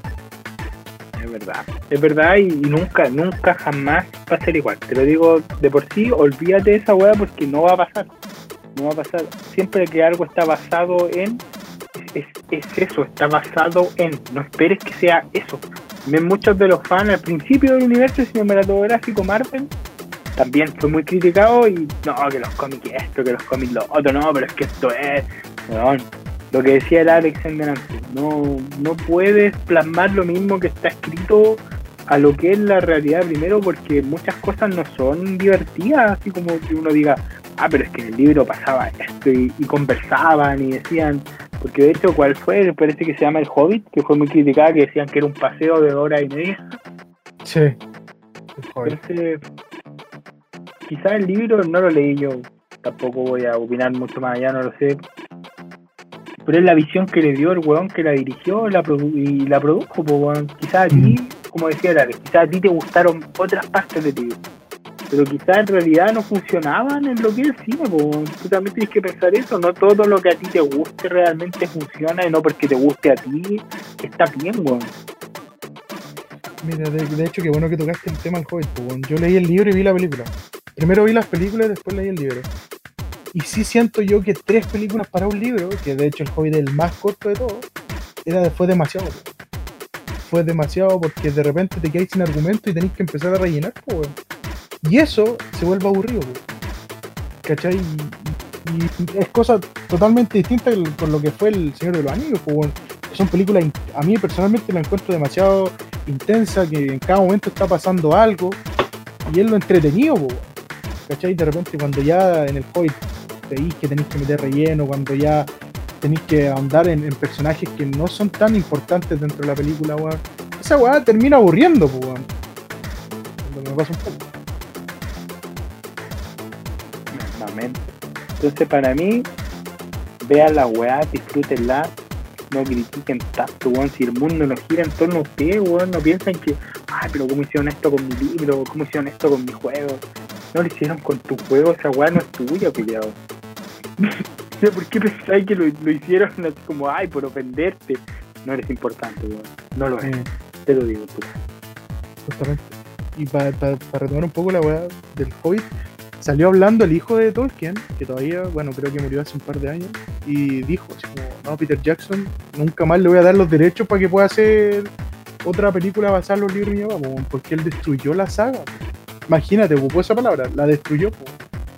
Es verdad, es verdad y, y nunca, nunca jamás va a ser igual. Te lo digo de por sí, olvídate de esa weá porque no va a pasar. No va a pasar. Siempre que algo está basado en, es, es eso, está basado en. No esperes que sea eso. Ven muchos de los fans al principio del universo cinematográfico Marvel también fue muy criticado y no, que los cómics esto, que los cómics lo otro, no, pero es que esto es, weón, lo que decía el Alex en delante, no, no puedes plasmar lo mismo que está escrito a lo que es la realidad primero, porque muchas cosas no son divertidas, así como que uno diga, ah, pero es que en el libro pasaba esto y, y conversaban y decían, porque de hecho, ¿cuál fue? Parece que se llama El Hobbit, que fue muy criticada, que decían que era un paseo de hora y media. Sí. Entonces, quizás el libro no lo leí yo, tampoco voy a opinar mucho más allá, no lo sé. Pero es la visión que le dio el weón que la dirigió la produ- y la produjo, pues weón. Quizás a ti, Mm. como decía el Alex, quizás a ti te gustaron otras partes de ti, pero quizás en realidad no funcionaban en lo que es el cine, pues weón. Tú también tienes que pensar eso, no todo lo que a ti te guste realmente funciona y no porque te guste a ti está bien, weón. Mira, de, de hecho, qué bueno que tocaste el tema del Hobbit, po, weón. Yo leí el libro y vi la película. Primero vi las películas y después leí el libro. Y sí siento yo que tres películas para un libro, que de hecho el Hobbit es el más corto de todos, era, fue demasiado. Po. Fue demasiado porque de repente te quedáis sin argumento y tenéis que empezar a rellenar, po, weón. Y eso se vuelve aburrido, po. ¿Cachai? Y, y es cosa totalmente distinta con lo que fue El Señor de los Anillos, po, weón. Son películas, a mí personalmente la encuentro demasiado intensa, que en cada momento está pasando algo y es lo entretenido, po, ¿cachai? De repente cuando ya en el Hobbit veis que tenéis que meter relleno, cuando ya tenéis que ahondar en, en personajes que no son tan importantes dentro de la película, weón, esa weá termina aburriendo, po, weón. Cuando me pasa un poco. Normalmente. Entonces, para mí, vean la weá, disfrútenla, no critiquen tanto, weón. Si el mundo no gira en torno a ustedes, weón, no piensan que, ay, pero ¿cómo hicieron esto con mi libro? ¿Cómo hicieron esto con mi juego? No lo hicieron con tu juego, esa weá no es tuya, cuidado. ¿Por qué pensáis que lo, lo hicieron así como, ay, por ofenderte? No eres importante, weón. No lo es. Eh, Te lo digo, tú. Justamente. Y para pa, pa retomar un poco la weá del Hobbit, salió hablando el hijo de Tolkien, que todavía, bueno, creo que murió hace un par de años, y dijo, así como, no, Peter Jackson, nunca más le voy a dar los derechos para que pueda hacer otra película basada en los libros de mi papá, porque él destruyó la saga. Imagínate, ocupó esa palabra, la destruyó, po.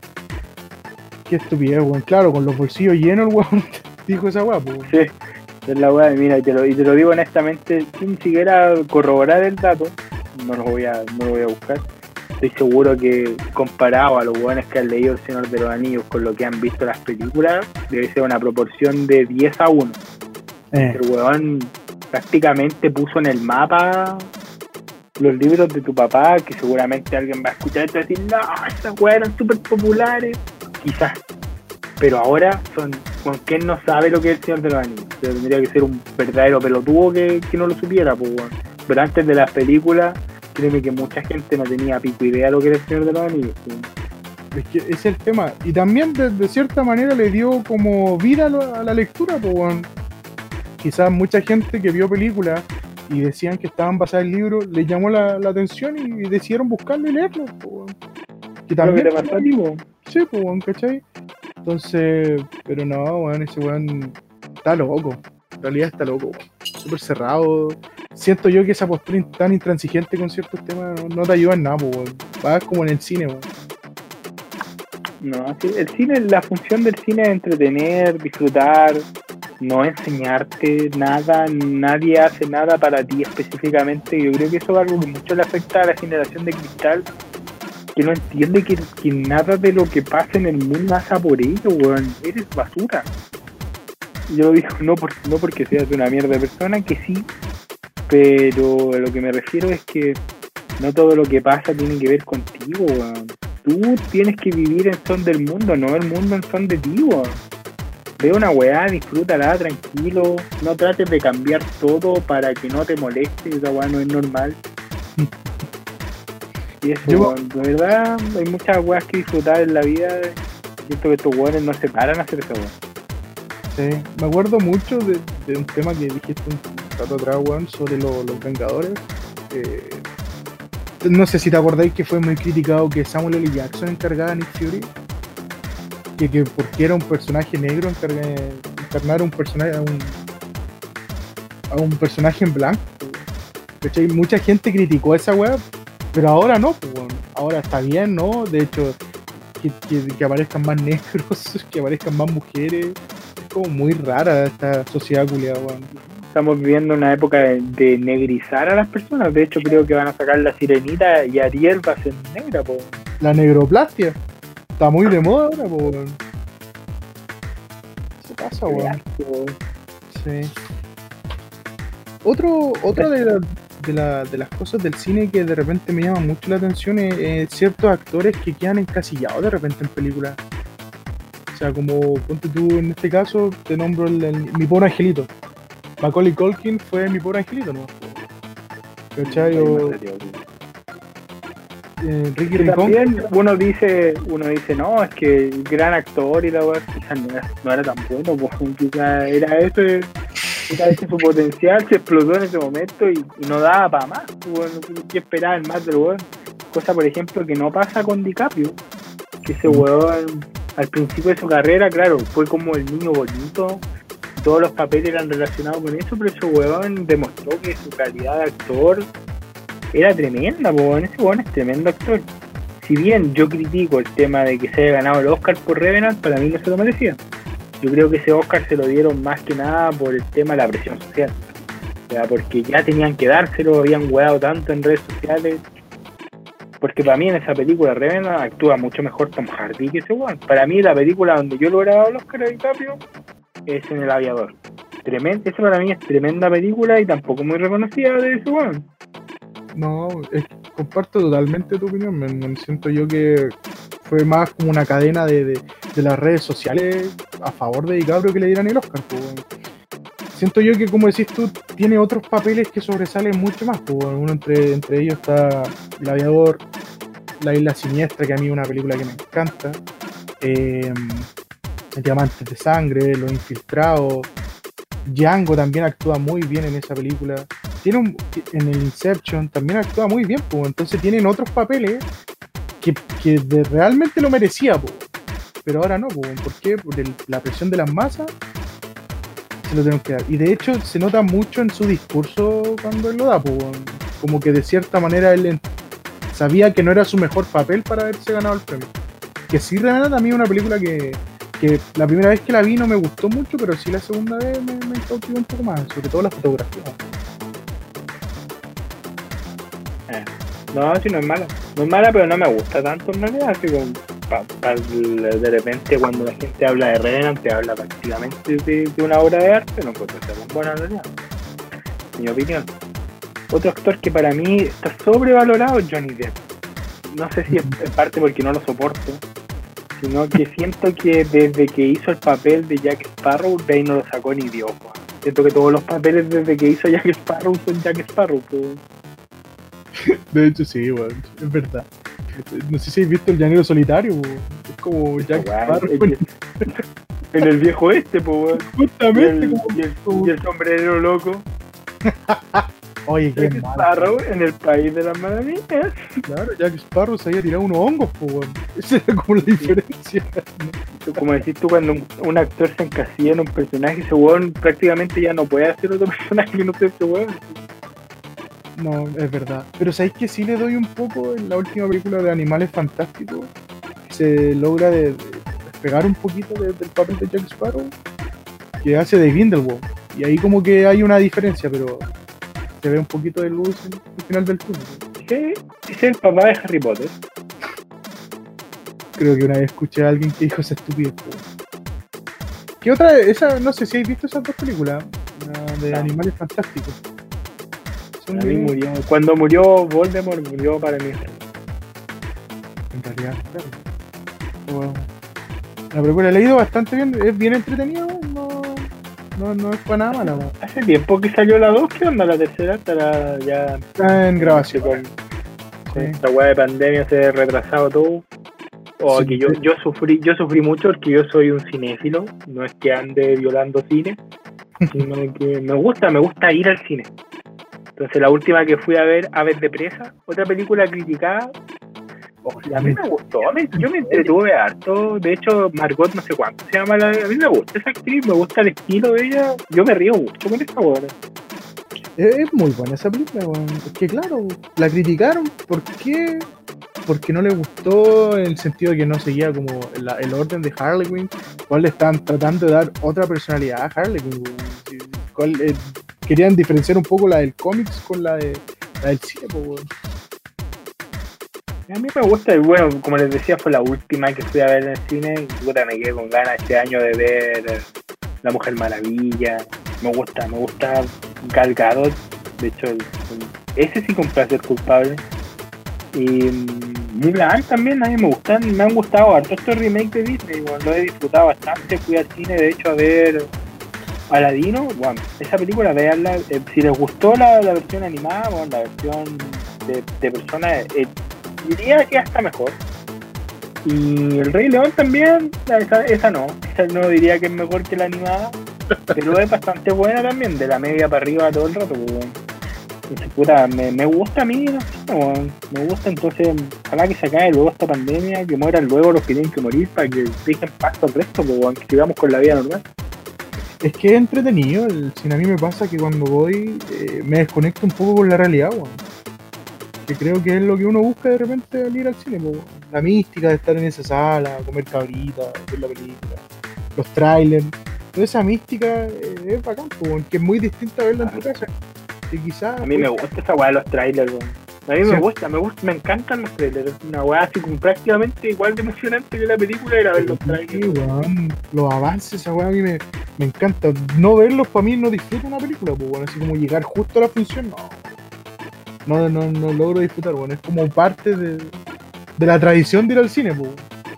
Qué estupidez, weón. Claro, con los bolsillos llenos, el weón dijo esa weá, po. Sí, es la weá, mira, y te, lo, y te lo digo honestamente, sin siquiera corroborar el dato, no lo voy a, no lo voy a buscar. Estoy seguro que comparado a los weones que han leído El Señor de los Anillos con lo que han visto las películas, debe ser una proporción de diez a uno. Eh. El weón prácticamente puso en el mapa los libros de tu papá, que seguramente alguien va a escuchar esto y decir, no, esas weas eran súper populares, quizás, pero ahora son, con quien no sabe lo que es El Señor de los Anillos. Pero tendría que ser un verdadero pelotudo que, que no lo supiera, pues, weón. Pero antes de las películas, créeme que mucha gente no tenía pico idea de lo que era El Señor de los Anillos, weón. Es que ese es el tema. Y también de, de cierta manera le dio como vida a, lo, a la lectura, pues, weón. Quizás mucha gente que vio películas y decían que estaban basadas en libros, les llamó la, la atención y decidieron buscarlo y leerlo, pues, weón. Que también ¿Qué te pasó a ti, weón? sí, pues, weón, ¿cachai? Entonces, pero no, weón, ese weón está loco. En realidad está loco, weón. Súper cerrado. Siento yo que esa postura tan intransigente con ciertos temas no, no te ayuda en nada, pues, weón. Vas como en el cine, weón. No, sí, el cine, la función del cine es entretener, disfrutar, no enseñarte nada, nadie hace nada para ti específicamente. Yo creo que eso es algo que mucho le afecta a la generación de cristal, que no entiende que, que nada de lo que pasa en el mundo pasa por ello, weón. Eres basura. Yo digo, no, por, no porque seas una mierda de persona, que sí, pero a lo que me refiero es que no todo lo que pasa tiene que ver contigo, weón. Tú tienes que vivir en son del mundo, no el mundo en son de ti, weón. Ve una weá, disfrútala, tranquilo, no trates de cambiar todo para que no te moleste, esa weá no es normal. Y eso, Yo- weón, de verdad, hay muchas weas que disfrutar en la vida. Siento que estos weones no se paran a hacer esa weá. Sí, me acuerdo mucho de, de un tema que dijiste un rato atrás, weón, sobre lo- los Vengadores. Eh, no sé si te acordáis que fue muy criticado que Samuel L. Jackson encargara a Nick Fury. Que, que porque era un personaje negro, encarga, encarnar un personaje a un, a un personaje en blanco. ¿Cachai? Mucha gente criticó esa weá, pero ahora no, pues, weón. Ahora está bien, ¿no? De hecho, que, que, que aparezcan más negros, que aparezcan más mujeres. Es como muy rara esta sociedad culiada, weón. Estamos viviendo una época de, de negrizar a las personas. De hecho, creo que van a sacar la Sirenita y Ariel va a ser negra, po. La negroplastia está muy de moda ahora, po, weón. ¿Qué pasa, weón? Sí. Otro, otra de, la- de, la- de las cosas del cine que de repente me llama mucho la atención es, es ciertos actores que quedan encasillados de repente en películas. O sea, como ponte tú en este caso, te nombro el, el- Mi Pobre Angelito. Macaulay Culkin fue Mi Pobre Angelito, ¿no? ¿Cachai? O eh, Ricky Que Ricón. también uno dice, uno dice, no, es que gran actor y la weá, quizás no era, no era tan bueno, pues, quizás era ese, era ese su potencial, se explotó en ese momento y, y no daba para más, pues, no tienes que esperar más del weón. Cosa, por ejemplo, que no pasa con DiCaprio, que ese weón al principio de su carrera, claro, fue como el niño bonito, todos los papeles eran relacionados con eso, pero ese weón demostró que su calidad de actor era tremenda, po. Ese weón es tremendo actor. Si bien yo critico el tema de que se haya ganado el Oscar por Revenant, para mí no se lo merecía. Yo creo que ese Oscar se lo dieron más que nada por el tema de la presión social. O sea, porque ya tenían que dárselo, habían weado tanto en redes sociales. Porque para mí en esa película Revenant actúa mucho mejor Tom Hardy que ese weón. Para mí la película donde yo lograba el Oscar a DiCaprio es en El Aviador. Tremenda, esa para mí es tremenda película y tampoco muy reconocida de ese weón. No, es, comparto totalmente tu opinión. Me, me siento yo que fue más como una cadena de, de, de las redes sociales a favor de DiCaprio que le dieran el Oscar. Pues. Siento yo que, como decís tú, tiene otros papeles que sobresalen mucho más. Pues. Uno entre, entre ellos está El Aviador, La Isla Siniestra, que a mí es una película que me encanta. Eh, Diamantes de Sangre, Los Infiltrados. Django también actúa muy bien en esa película. Tiene un, en el Inception también actúa muy bien, pues. Entonces tienen otros papeles que, que de, realmente lo merecía, pues. Pero ahora no, pues. ¿Por qué? Por el, la presión de las masas se lo tenemos que dar. Y de hecho se nota mucho en su discurso cuando él lo da, pues. Como que de cierta manera él sabía que no era su mejor papel para haberse ganado el premio. Que sí, Revenant también es una película que que la primera vez que la vi no me gustó mucho, pero sí la segunda vez me, me cautivó un poco más, sobre todo la fotografía. Eh, no, sí, no es mala. No es mala, pero no me gusta tanto en realidad. Así como pa, pa, de repente cuando la gente habla de Revenant, te habla prácticamente de, de una obra de arte, no puede ser tan buena en realidad. Mi opinión. Otro actor que para mí está sobrevalorado es Johnny Depp. No sé si es en parte porque no lo soporto, sino que siento que desde que hizo el papel de Jack Sparrow, de ahí no lo sacó ni Dios. Man. Siento que todos los papeles desde que hizo Jack Sparrow son Jack Sparrow. Pues. De hecho sí, bueno, es verdad. No sé si habéis visto El Llanero Solitario, man. Es como Jack Bueno, Sparrow. en, en el viejo este, pues. Justamente. Y el, como, y el, como... y el sombrerero loco. Oye, qué Jack mal. Sparrow en el país de las maravillas. Claro, Jack Sparrow se había tirado unos hongos, pues, bueno. Esa era como la diferencia. Como decís tú, cuando un, un actor se encasilla en un personaje, ese weón prácticamente ya no puede hacer otro personaje que no sea ese weón. No, es verdad. Pero ¿sabéis que sí le doy un poco en la última película de Animales Fantásticos? Se logra de, de despegar un poquito de, del papel de Jack Sparrow, que hace de Grindelwald. Y ahí como que hay una diferencia, pero se ve un poquito de luz en el final del túnel. Sí, es el papá de Harry Potter. Creo que una vez escuché a alguien que dijo esa estupidez. ¿Qué otra? Esa, no sé si habéis visto esas dos películas, la de No. Animales Fantásticos. Son Para mí de- murió. Cuando murió Voldemort, murió para mí. En realidad, claro. Bueno, la película la he leído bastante bien, es bien entretenido, no, no, no es para nada mala. ¿No? Hace tiempo que salió la dos, ¿qué onda? La tercera estará ya. Está en grabación. Con, con Sí. esta weá de pandemia se ha retrasado todo. O Sí, que yo, sí. yo sufrí, yo sufrí mucho porque yo soy un cinéfilo, no es que ande violando cine, sino que me gusta, me gusta ir al cine. Entonces la última que fui a ver, Aves de Presa, otra película criticada, y a mí me gustó, me- yo me entretuve harto. De hecho, Margot no sé cuánto se llama, la, a mí me gusta esa actriz, me gusta el estilo de ella, yo me río mucho con esta obra. Es, es muy buena esa película, weón. Es que claro, la criticaron, ¿por qué? Porque no le gustó en el sentido de que no seguía como el, el orden de Harley Quinn, cual le estaban tratando de dar otra personalidad a Harley Quinn, weón. Sí, cual, eh, querían diferenciar un poco la del cómics con la, de, la del cine, pues, weón. A mí me gusta, y bueno, como les decía, fue la última que fui a ver en el cine, y puta, me quedé con ganas este año de ver La Mujer Maravilla, me gusta, me gusta Gal Gadot, de hecho, el- ese sí con placer culpable. Y mm, Mulan también, a mí me gustan, me han gustado harto estos remakes de Disney, bueno, lo he disfrutado bastante, fui al cine de hecho a ver Aladino, bueno, esa película, veanla, eh, si les gustó la, la versión animada, bueno, la versión de, de personas, eh, diría que hasta mejor. Y El Rey León también, esa, esa no, esa no diría que es mejor que la animada, pero es bastante buena también, de la media para arriba todo el rato, pues, bueno. Entonces, puta, me, me gusta a mí, no sé, bueno, me gusta, entonces, ojalá que se acabe luego esta pandemia, que mueran luego los que tienen que morir para que dejen paso al resto, pues, bueno, que sigamos con la vida normal. Es que es entretenido, el cine a mí me pasa que cuando voy eh, me desconecto un poco con la realidad, weón. Que creo que es lo que uno busca de repente al ir al cine, po. La mística de estar en esa sala, comer cabrita, ver la película, los trailers, toda esa mística eh, es bacán, po, que es muy distinta a verla en tu casa. Que quizás A mí me gusta esa weá de los trailers, weón. A mí me Sí. gusta, me gusta, me encantan los trailers. Una weá así como prácticamente igual de emocionante que la película era ver los Sí, trailers. weón, los avances, esa weá a mí me, me encanta. No verlos para mí no disfruto una película, pues bueno, así como llegar justo a la función, no. No, no, no logro disfrutar, bueno, es como parte de, de la tradición de ir al cine, pues.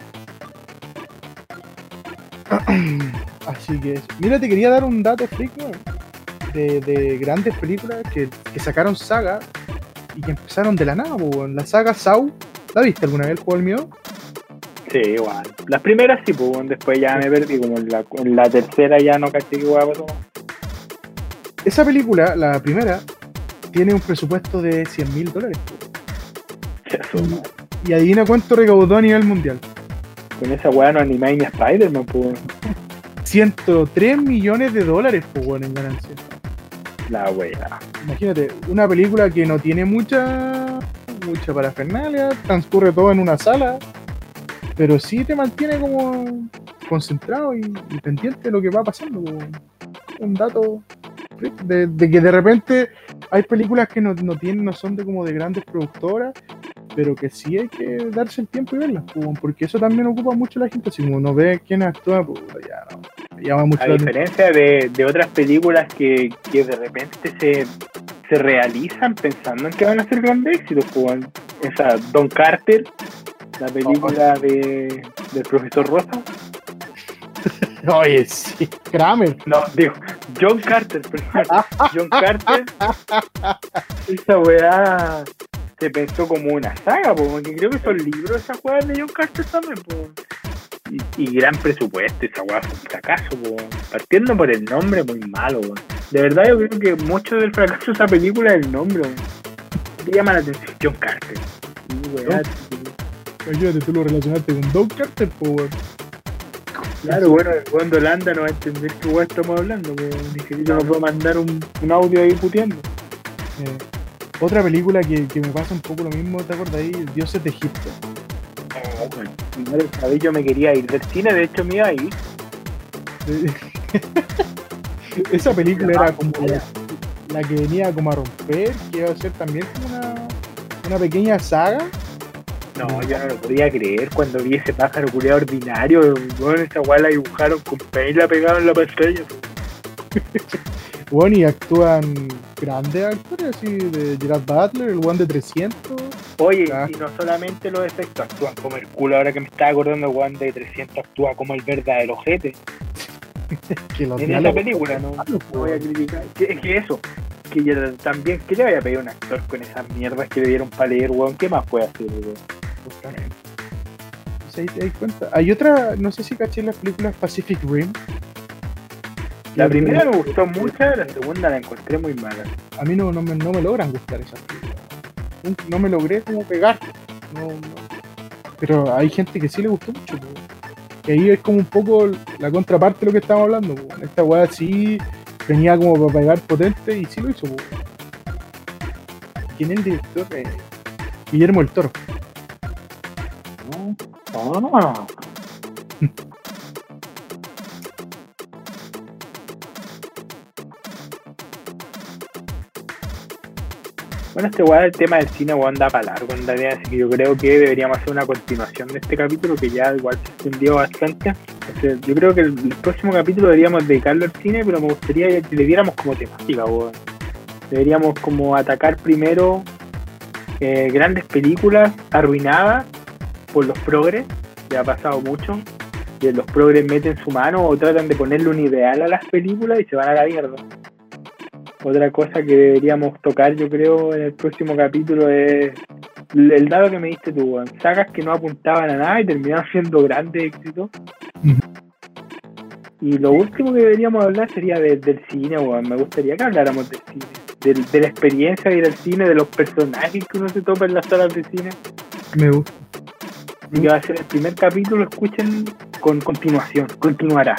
Así que, eso. Mira, te quería dar un dato freak, weón, de, de grandes películas que, que sacaron saga y que empezaron de la nada, pues, weón. La saga Saw, ¿la viste alguna vez el juego del miedo? Sí, igual. Las primeras sí, pues después ya me perdí, como en la, en la tercera ya no caché qué weá pasó. Esa película, la primera, tiene un presupuesto de cien mil dólares. Eso, man. Y adivina cuánto recaudó a nivel mundial. Con esa weá no animáis ni a Spider-Man, pues. ciento tres millones de dólares, pues, bueno, en ganancia. La weá. Imagínate, una película que no tiene mucha mucha parafernalia, transcurre todo en una sala, pero sí te mantiene como concentrado y, y pendiente de lo que va pasando. Como un dato de, de que de repente hay películas que no, no tienen, no son de como de grandes productoras, pero que sí hay que darse el tiempo y verlas, pues, porque eso también ocupa mucho la gente. Si uno ve quién actúa, pues ya no, llama mucho A la atención. diferencia de, de otras películas que, que de repente se, se realizan pensando en que van a ser grandes éxitos, pues, esa Don Carter, la película de, del profesor Rosa. Oye, sí, Kramer. No, digo, John Carter, perdón. John Carter. Esa weá se pensó como una saga, po, porque creo que son libros esas weas de John Carter también, po. Y, y gran presupuesto, esa weá fue un fracaso, po. Partiendo por el nombre, muy malo, po. De verdad yo creo que mucho del fracaso de esa película es el nombre, po. ¿Qué llama la atención? John Carter. Y weá, Imagínate, tú lo relacionaste con Don Carter, pues, weón. claro, bueno, cuando Holanda no va a entender qué weá estamos hablando, po. Ni siquiera nos puedo mandar un, un audio ahí puteando. Eh, otra película que, que me pasa un poco lo mismo, ¿te acuerdas ahí? Dioses de Egipto. Primero esta vez yo me quería ir del cine, de hecho me iba a ir. Esa película era como la, la que venía como a romper, que iba a ser también como una, una pequeña saga. No, yo no lo podía creer cuando vi ese pájaro culiado ordinario. Bueno, esa weá la dibujaron con paint y la pegaron en la pantalla. Bueno, y actúan grandes actores, así, de Gerard Butler, el one de trescientos. Oye, Ah. y no solamente los efectos actúan como el culo, ahora que me estaba acordando, el One de trescientos actúa como el verdadero ojete. Que los En esa diálogos- película, no, no voy a criticar. Que- Es que eso, que ya también, ¿qué le vaya a pedir a un actor con esas mierdas que le dieron para leer, weón? ¿Qué más puede hacer, weón? Justamente. O sea, ahí te das cuenta. Hay otra, no sé si caché las películas Pacific Rim. La primera me gustó mucho, la segunda la encontré muy mala. A mí no, no, me, no me logran gustar esas películas. Nunca- No me logré como pegar. No, no. Pero hay gente que sí le gustó mucho. Po. Que ahí es como un poco la contraparte de lo que estamos hablando. Po. Esta weá sí venía como para pegar potente y sí lo hizo. Po. ¿Quién es el director? Eh, Guillermo del Toro. Ah. Bueno, este weá, el tema del cine, weón, da para largo en realidad, así que yo creo que deberíamos hacer una continuación de este capítulo que ya igual se extendió bastante. Entonces, yo creo que el, el próximo capítulo deberíamos dedicarlo al cine, pero me gustaría que le diéramos como temática, weón. Deberíamos como atacar primero eh, grandes películas arruinadas por los progres, ya ha pasado mucho, y los progres meten su mano o tratan de ponerle un ideal a las películas y se van a la mierda. Otra cosa que deberíamos tocar, yo creo, en el próximo capítulo es el el dato que me diste tú, weón. Sagas que no apuntaban a nada y terminaron siendo grandes éxitos. Y lo último que deberíamos hablar sería de- del cine, weón. Me gustaría que habláramos del cine, del- de la experiencia de ir al cine, de los personajes que uno se topa en las salas de cine. Me gusta. Y que va a ser el primer capítulo, escuchen con continuación, continuará.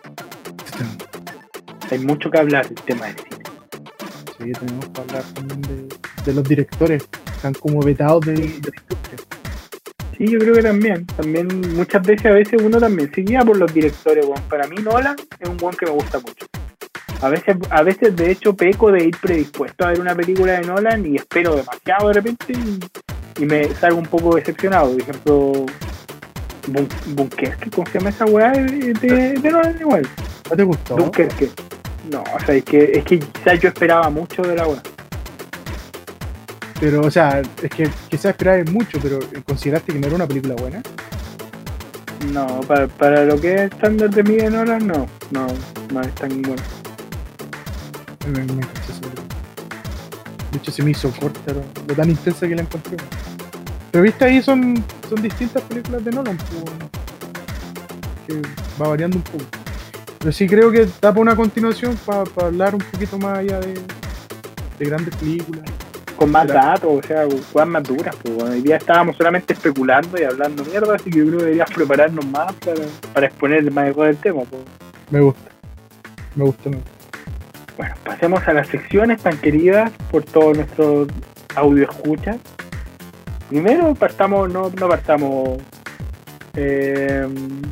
Hay mucho que hablar del tema del cine. Sí, tenemos que hablar también de, de los directores que están como vetados de, de la industria. Sí, yo creo que también. También muchas veces, a veces uno también se guía por los directores, weón. Para mí Nolan es un weón que me gusta mucho. A veces, a veces de hecho peco de ir predispuesto a ver una película de Nolan y espero demasiado de repente y, y me salgo un poco decepcionado. Por ejemplo, Bun- Dunkerque, ¿cómo se llama esa weá de, de, de Nolan igual? ¿No te gustó? Dunkerque. No, o sea, es que, es que quizás yo esperaba mucho de la weá. Pero, o sea, es que quizás esperabas mucho, pero ¿consideraste que no era una película buena? No, para, para lo que es estándar de mí de Nolan, no, no, no es tan bueno. Me, me encantó esa película. De hecho, se me hizo corta, lo, lo tan intensa que la encontré. Pero viste, ahí son, son distintas películas de Nolan, pues, que va variando un poco. Pero sí creo que da para una continuación para pa hablar un poquito más allá de, de grandes películas. Con más Será. datos, o sea, cosas más duras. Pues, bueno, hoy día estábamos solamente especulando y hablando mierda, así que yo creo que deberías prepararnos más para, para exponer más del tema. Pues. Me gusta, me gusta, me gusta. Bueno, pasemos a las secciones tan queridas por todos nuestros audio escuchas. Primero partamos, no, no partamos, eh,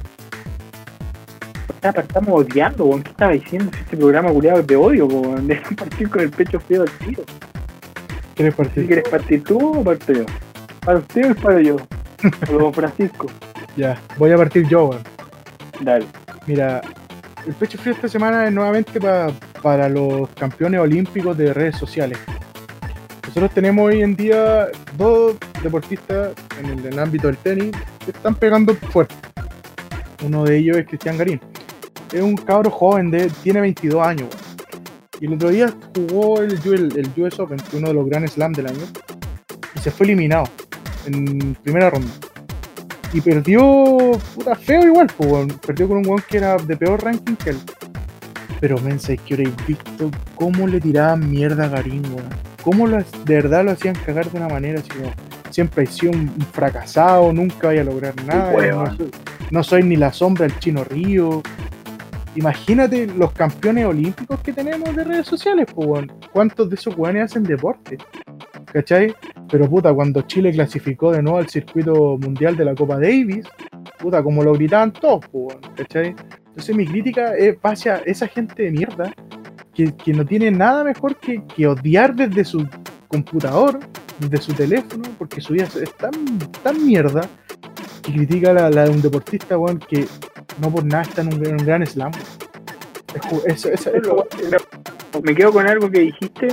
partamos odiando, weón. ¿Qué estaba diciendo? Si este programa culiado es de odio, weón. Dejan partir con el pecho frío al tiro. ¿Quieres Si partir? quieres partir tú o parto yo. ¿Para usted o para yo? O don Francisco. Ya, voy a partir yo, weón. Dale. Mira, el pecho frío esta semana es nuevamente pa, para los campeones olímpicos de redes sociales. Nosotros tenemos hoy en día dos deportistas en el, en el ámbito del tenis que están pegando fuerte. Uno de ellos es Cristian Garín. Es un cabro joven, de, tiene veintidós años. Weón. Y el otro día jugó el, el, el U S Open, que es uno de los Grand Slam del año, y se fue eliminado en primera ronda. Y perdió, puta, feo igual, pues, weón. Perdió con un weón que era de peor ranking que él. Pero mensa, es que habréis visto cómo le tiraban mierda a Garín, weón. Cómo lo, de verdad lo hacían cagar de una manera así como, siempre he sido un, un fracasado, nunca voy a lograr nada, no soy, no soy ni la sombra del Chino Río. Imagínate los campeones olímpicos que tenemos de redes sociales, pues, weón. ¿Cuántos de esos weones hacen deporte? ¿Cachai? Pero puta, cuando Chile clasificó de nuevo al circuito mundial de la Copa Davis, puta, como lo gritaban todos, pues, ¿cachai? Entonces mi crítica es hacia esa gente de mierda que, que no tiene nada mejor que, que odiar desde su computador, desde su teléfono, porque su vida es tan, tan mierda, que critica la, la de un deportista, weón, que no por nada está en un, en un gran slam. Es, es, es, es, es, me quedo con algo que dijiste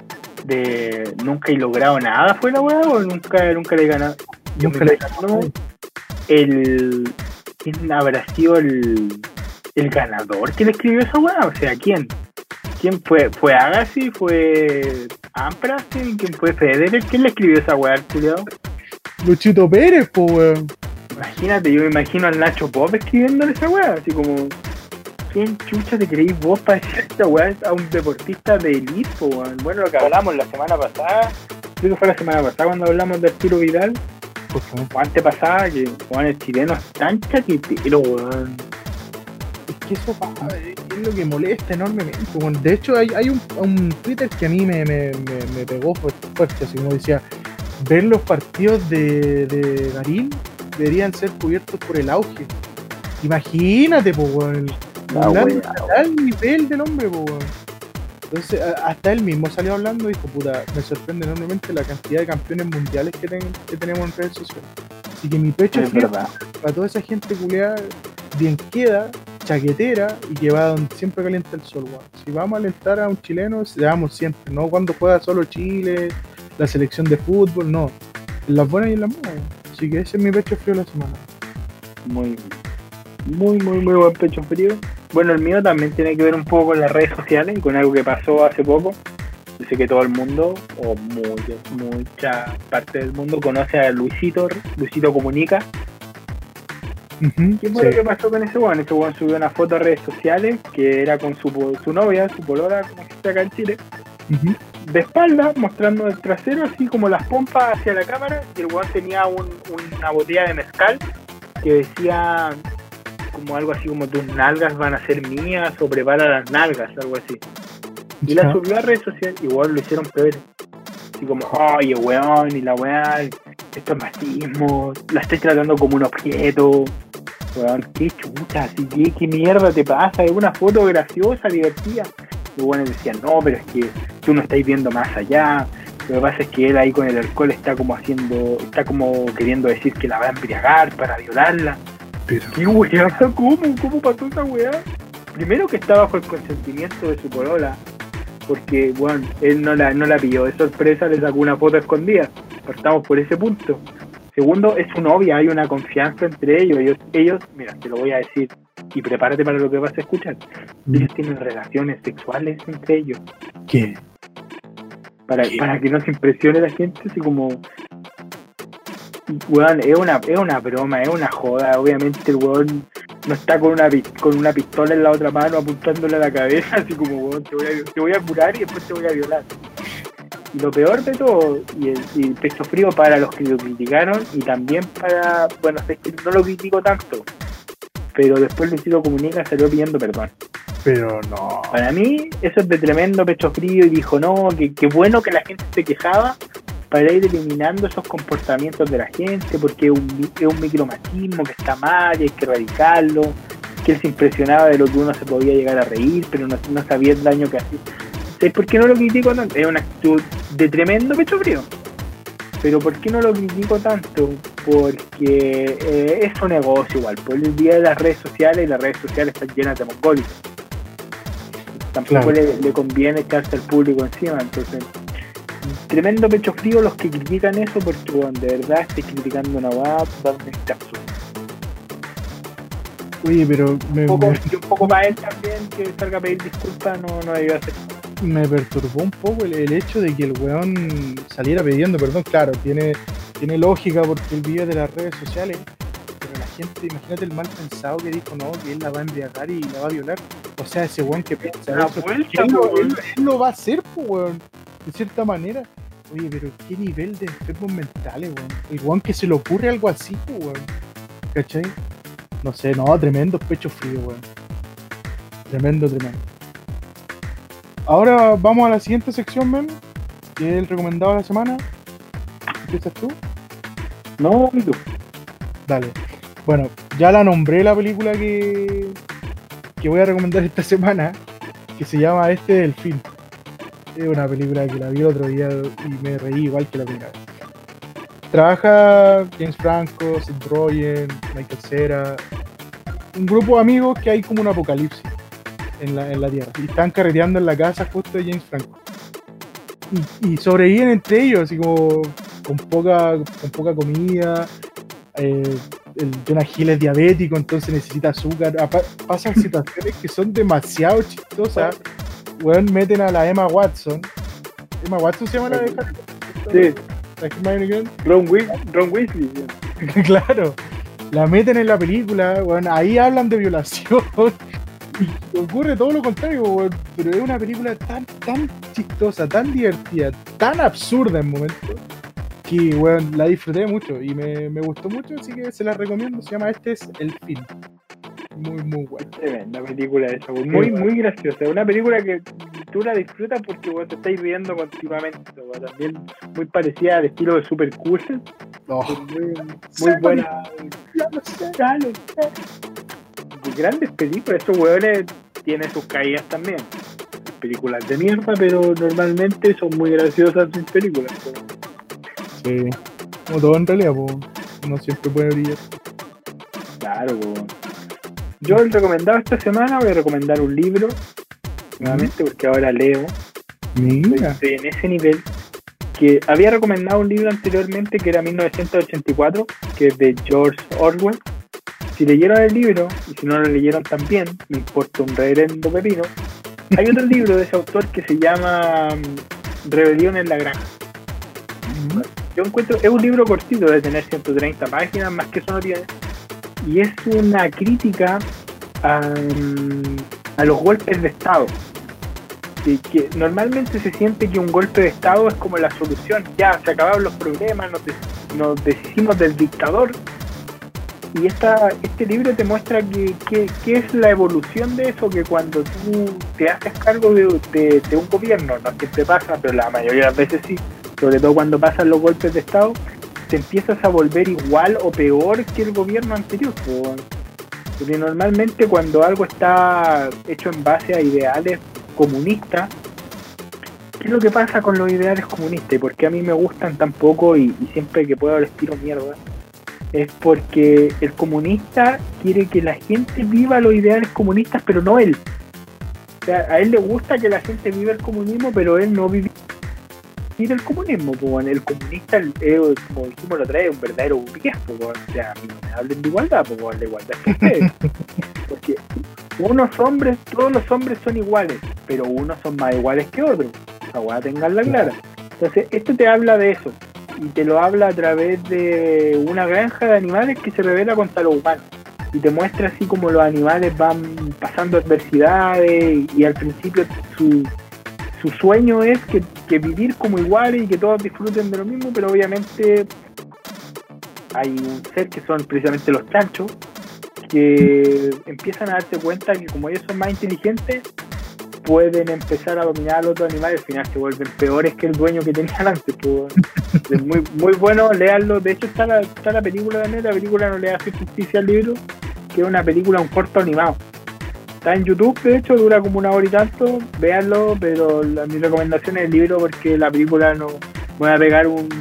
de nunca he logrado nada, ¿fue la weá? ¿O nunca, nunca le he ganado? Yo nunca me le ganó el... ¿Quién habrá sido el, el ganador que le escribió esa weá? O sea, ¿quién? ¿Quién fue? ¿Fue Agassi? ¿Fue Ampras? ¿Quién fue Federer? ¿Quién le escribió esa weá al culiado? Luchito Pérez, po, weón. Imagínate, yo me imagino al Nacho Pop escribiéndole esa weá, así como... ¿Quién chucha te creéis vos para decir esta weá a un deportista de elite, po, weón? Bueno, lo que hablamos la semana pasada, creo que fue la semana pasada cuando hablamos de Arturo Vidal, o antepasada, que weón, el chileno es tan chaquetero, weón. Es que eso pasa, es lo que molesta enormemente. Bueno, de hecho, hay, hay un, un Twitter que a mí me, me, me, me pegó fuerte, así como decía, ver los partidos de, de Garín deberían ser cubiertos por el auge. Imagínate, pues, weón. Ah, el tal nivel del hombre, po, weón. Entonces, a, hasta él mismo salió hablando y dijo, puta, me sorprende enormemente la cantidad de campeones mundiales que, ten, que tenemos en redes sociales. Así que mi pecho es frío para toda esa gente culeada, bien queda, chaquetera y que va donde siempre calienta el sol, weón. Si vamos a alentar a un chileno, seamos siempre, no cuando juega solo Chile, la selección de fútbol, no. En las buenas y en las malas. Así que ese es mi pecho frío de la semana. Muy Muy, muy, muy buen pecho frío. Bueno, el mío también tiene que ver un poco con las redes sociales y con algo que pasó hace poco. Yo sé que todo el mundo, o muy, mucha parte del mundo, conoce a Luisito, Luisito Comunica. Uh-huh, ¿Qué fue sí. lo que pasó con ese weón? Ese weón subió una foto a redes sociales que era con su, su novia, su polola, como se dice acá en Chile, Uh-huh. de espalda, mostrando el trasero, así como las pompas hacia la cámara, y el weón tenía un, una botella de mezcal que decía... como algo así como tus nalgas van a ser mías o prepara las nalgas, algo así. Y la subió a redes sociales, igual lo hicieron peor. Así como, oye weón, y la weón, esto es machismo, la estoy tratando como un objeto. Weón, qué chucha, así que qué mierda te pasa, es una foto graciosa, divertida. Los buenos decían, no, pero es que tú no estáis viendo más allá. Lo que pasa es que él ahí con el alcohol está como haciendo, está como queriendo decir que la va a embriagar para violarla. Pero, ¿Qué weá? ¿Cómo? ¿Cómo pasó esa weá? Primero que está bajo el consentimiento de su polola, porque, bueno, él no la, no la pilló de sorpresa, le sacó una foto escondida. Partamos por ese punto. Segundo, es su novia, hay una confianza entre ellos. Ellos, ellos mira, te lo voy a decir, y prepárate para lo que vas a escuchar. Ellos tienen relaciones sexuales entre ellos. ¿qué? Para, ¿Qué? para que no se impresione la gente, así como... Weón, es una, es una broma, es una joda. Obviamente el weón no está con una con una pistola en la otra mano apuntándole a la cabeza, así como, weón, te voy a, te voy a curar y después te voy a violar. Y lo peor de todo, y el, y el pecho frío para los que lo criticaron, y también para, bueno, es que no lo critico tanto, pero después Luisito Comunica salió pidiendo perdón. Pero no. Para mí, eso es de tremendo pecho frío, y dijo, no, que, que bueno que la gente se quejaba para ir eliminando esos comportamientos de la gente, porque es un, es un micromachismo que está mal y hay que erradicarlo, que él se impresionaba de lo que uno se podía llegar a reír, pero no, no sabía el daño que hacía. ¿Sabes por qué no lo critico tanto? Es una actitud de tremendo pecho frío. Pero ¿por qué no lo critico tanto? Porque eh, es un negocio igual. Por el día de las redes sociales, y las redes sociales están llenas de mongólicos. Tampoco Claro. le, le conviene echarse al público encima. Entonces, tremendo pecho frío los que critican eso, porque bueno, de verdad estoy criticando una hueá totalmente absurda. Oye, pero me, Un poco, me, y un poco para él también, que salga a pedir disculpas, no, no debió hacer. me perturbó un poco el, el hecho de que el weón saliera pidiendo perdón. Claro, tiene, tiene lógica porque él vive de las redes sociales, pero la gente, imagínate el mal pensado que dijo, no, que él la va a embriagar y la va a violar. O sea, ese weón que piensa Una eso, vuelta, él, lo, weón. él- él lo va a hacer, pues, weón, de cierta manera. Oye, pero qué nivel de enfermos mentales, weón. El weón que se le ocurre algo así, pues, weón. ¿Cachai? No sé, no, tremendo pecho frío, weón. Tremendo, tremendo. Ahora vamos a la siguiente sección, men, que es el recomendado de la semana. ¿Empiezas tú? No, y tú. Dale. Bueno, ya la nombré la película que, que voy a recomendar esta semana, que se llama Este Delfín. Es una película que la vi el otro día y me reí igual que la primera vez. Trabaja James Franco, Seth Rogen, Michael Cera, un grupo de amigos que hay como un apocalipsis en la, en la Tierra. Y están carreteando en la casa justo de James Franco. Y, y sobreviven entre ellos, así como con poca, con poca comida. Eh, el Jonah Hill es diabético, entonces necesita azúcar. Apa- pasan situaciones que son demasiado chistosas. Weón, meten a la Emma Watson. Emma Watson se llama la de Harry Potter. Sí, La Hermione Granger. Ron, Weas- Ron Weasley. Sí. Claro, la meten en la película, bueno, ahí hablan de violación y ocurre todo lo contrario, weón, pero es una película tan, tan chistosa, tan divertida, tan absurda en momentos, que weón, la disfruté mucho y me, me gustó mucho, así que se la recomiendo. Se llama Este es el Fin. Muy, muy bueno. Tremenda película esa, weón. Muy, muy graciosa. Una película que tú la disfrutas porque weón, te estáis riendo continuamente. Weón. También muy parecida al estilo de Super Cool. Oh, Muy, muy buena. Dale. Grandes películas. Estos weones tienen sus caídas también. Películas de mierda, pero normalmente son muy graciosas sus películas. Weón. sí. Como todo en realidad, pues, no siempre puede brillar. Claro, weón. Yo el recomendado esta semana voy a recomendar un libro. Nuevamente porque ahora leo. Mira, Estoy en ese nivel. Que había recomendado un libro anteriormente que era mil novecientos ochenta y cuatro, que es de George Orwell. Si leyeron el libro, y si no lo leyeron también, me importa un reverendo pepino. Hay otro libro de ese autor que se llama mm, Rebelión en la Granja. Yo encuentro, es un libro cortito, de tener ciento treinta páginas, más que eso no tiene. Y es una crítica a, a los golpes de Estado. Que, que normalmente se siente que un golpe de Estado es como la solución. Ya, se acabaron los problemas, nos, des, nos deshicimos del dictador. Y esta, este libro te muestra que, que, que es la evolución de eso, que cuando tú te haces cargo de, de, de un gobierno, no siempre pasa, pero la mayoría de las veces sí, sobre todo cuando pasan los golpes de Estado, te empiezas a volver igual o peor que el gobierno anterior. Porque normalmente cuando algo está hecho en base a ideales comunista, ¿qué es lo que pasa con los ideales comunistas? ¿Y por qué a mí me gustan tan poco y, y siempre que puedo les tiro mierda? Es porque el comunista quiere que la gente viva los ideales comunistas, pero no él. O sea, a él le gusta que la gente viva el comunismo, pero él no vive el comunismo. Pues, el comunista, el, el, como dijimos la otra vez, es un verdadero burgués. Pues, o sea, a mí no me hablen de igualdad, pues, la igualdad es que ustedes. Porque unos hombres, todos los hombres son iguales, pero unos son más iguales que otros. Esa weá tenganla clara. Entonces, esto te habla de eso. Y te lo habla a través de una granja de animales que se revela contra los humanos. Y te muestra así como los animales van pasando adversidades y, y al principio su, su sueño es que, que vivir como iguales y que todos disfruten de lo mismo, pero obviamente hay un ser que son precisamente los chanchos que empiezan a darse cuenta que como ellos son más inteligentes pueden empezar a dominar a los otros animales, al final se vuelven peores que el dueño que tenían antes. Pues. Es muy muy bueno, leerlo. De hecho está la, está la película también, la película no le hace justicia al libro, que es una película, un corto animado. Está en YouTube, de hecho, dura como una hora y tanto, véanlo, pero la, mi recomendación es el libro porque la película no... Voy a pegar un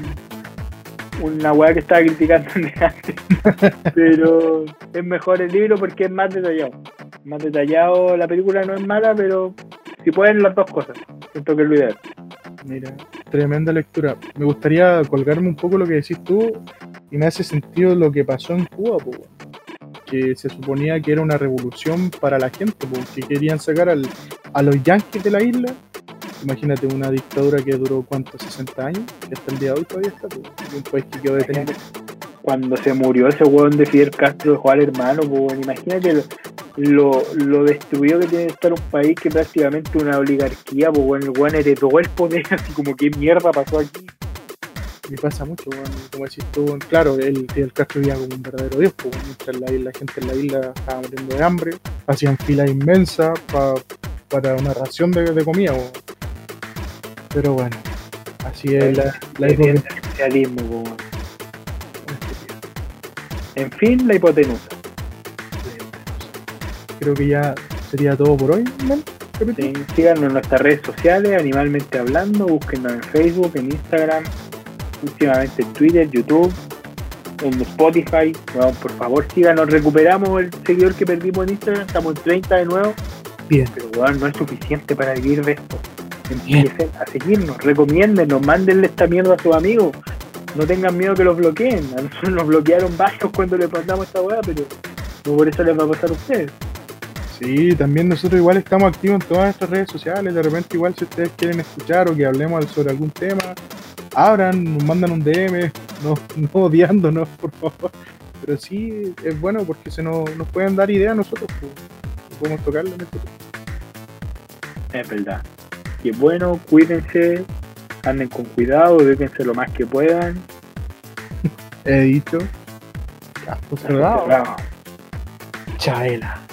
una weá que estaba criticando antes, pero es mejor el libro porque es más detallado. Más detallado, la película no es mala, pero si pueden las dos cosas, siento que es lo ideal. Mira, tremenda lectura. Me gustaría colgarme un poco lo que decís tú y me hace sentido lo que pasó en Cuba, po, que se suponía que era una revolución para la gente, po, que querían sacar al, a los yanquis de la isla. Imagínate una dictadura que duró, ¿cuánto? sesenta años, que hasta el día de hoy todavía está, po, y un país que quedó detenido. Cuando se murió ese hueón de Fidel Castro, dejó al hermano, po, imagínate lo, lo, lo destruido que tiene que estar un país que prácticamente una oligarquía, pues bueno, el hueón heredó el poder, así como qué mierda pasó aquí. Me pasa mucho, bueno, como decís tú, bueno, claro, el Fidel Castro vivía como un verdadero dios, pues, mientras la, la gente en la isla estaba muriendo de hambre, hacían filas inmensas pa, para una ración de, de comida, bueno. Pero bueno, así es la, la hipotenusa. En fin, la hipotenusa. Creo que ya sería todo por hoy, ¿no? Sí, síganos en nuestras redes sociales, Animalmente Hablando, búsquenos en Facebook, en Instagram, últimamente en Twitter, YouTube, en Spotify. Bueno, por favor síganos, recuperamos el seguidor que perdimos en Instagram, estamos en treinta de nuevo. Bien. Pero bueno, no es suficiente para vivir de esto. Empiecen a seguirnos, recomiéndennos, mándenle esta mierda a sus amigos. No tengan miedo que los bloqueen. A nosotros nos bloquearon varios cuando les mandamos esta weá, pero no por eso les va a pasar a ustedes. Sí, también nosotros igual estamos activos en todas nuestras redes sociales. De repente igual si ustedes quieren escuchar o que hablemos sobre algún tema, abran, nos mandan un D M, no, no odiándonos, por favor. Pero sí, es bueno porque se nos, nos pueden dar ideas a nosotros, pues, podemos tocarlo en este tema. Es verdad. Y es bueno, cuídense, anden con cuidado, déjense lo más que puedan. He dicho. Ya, pues cerrado. Cerrado. Chaela.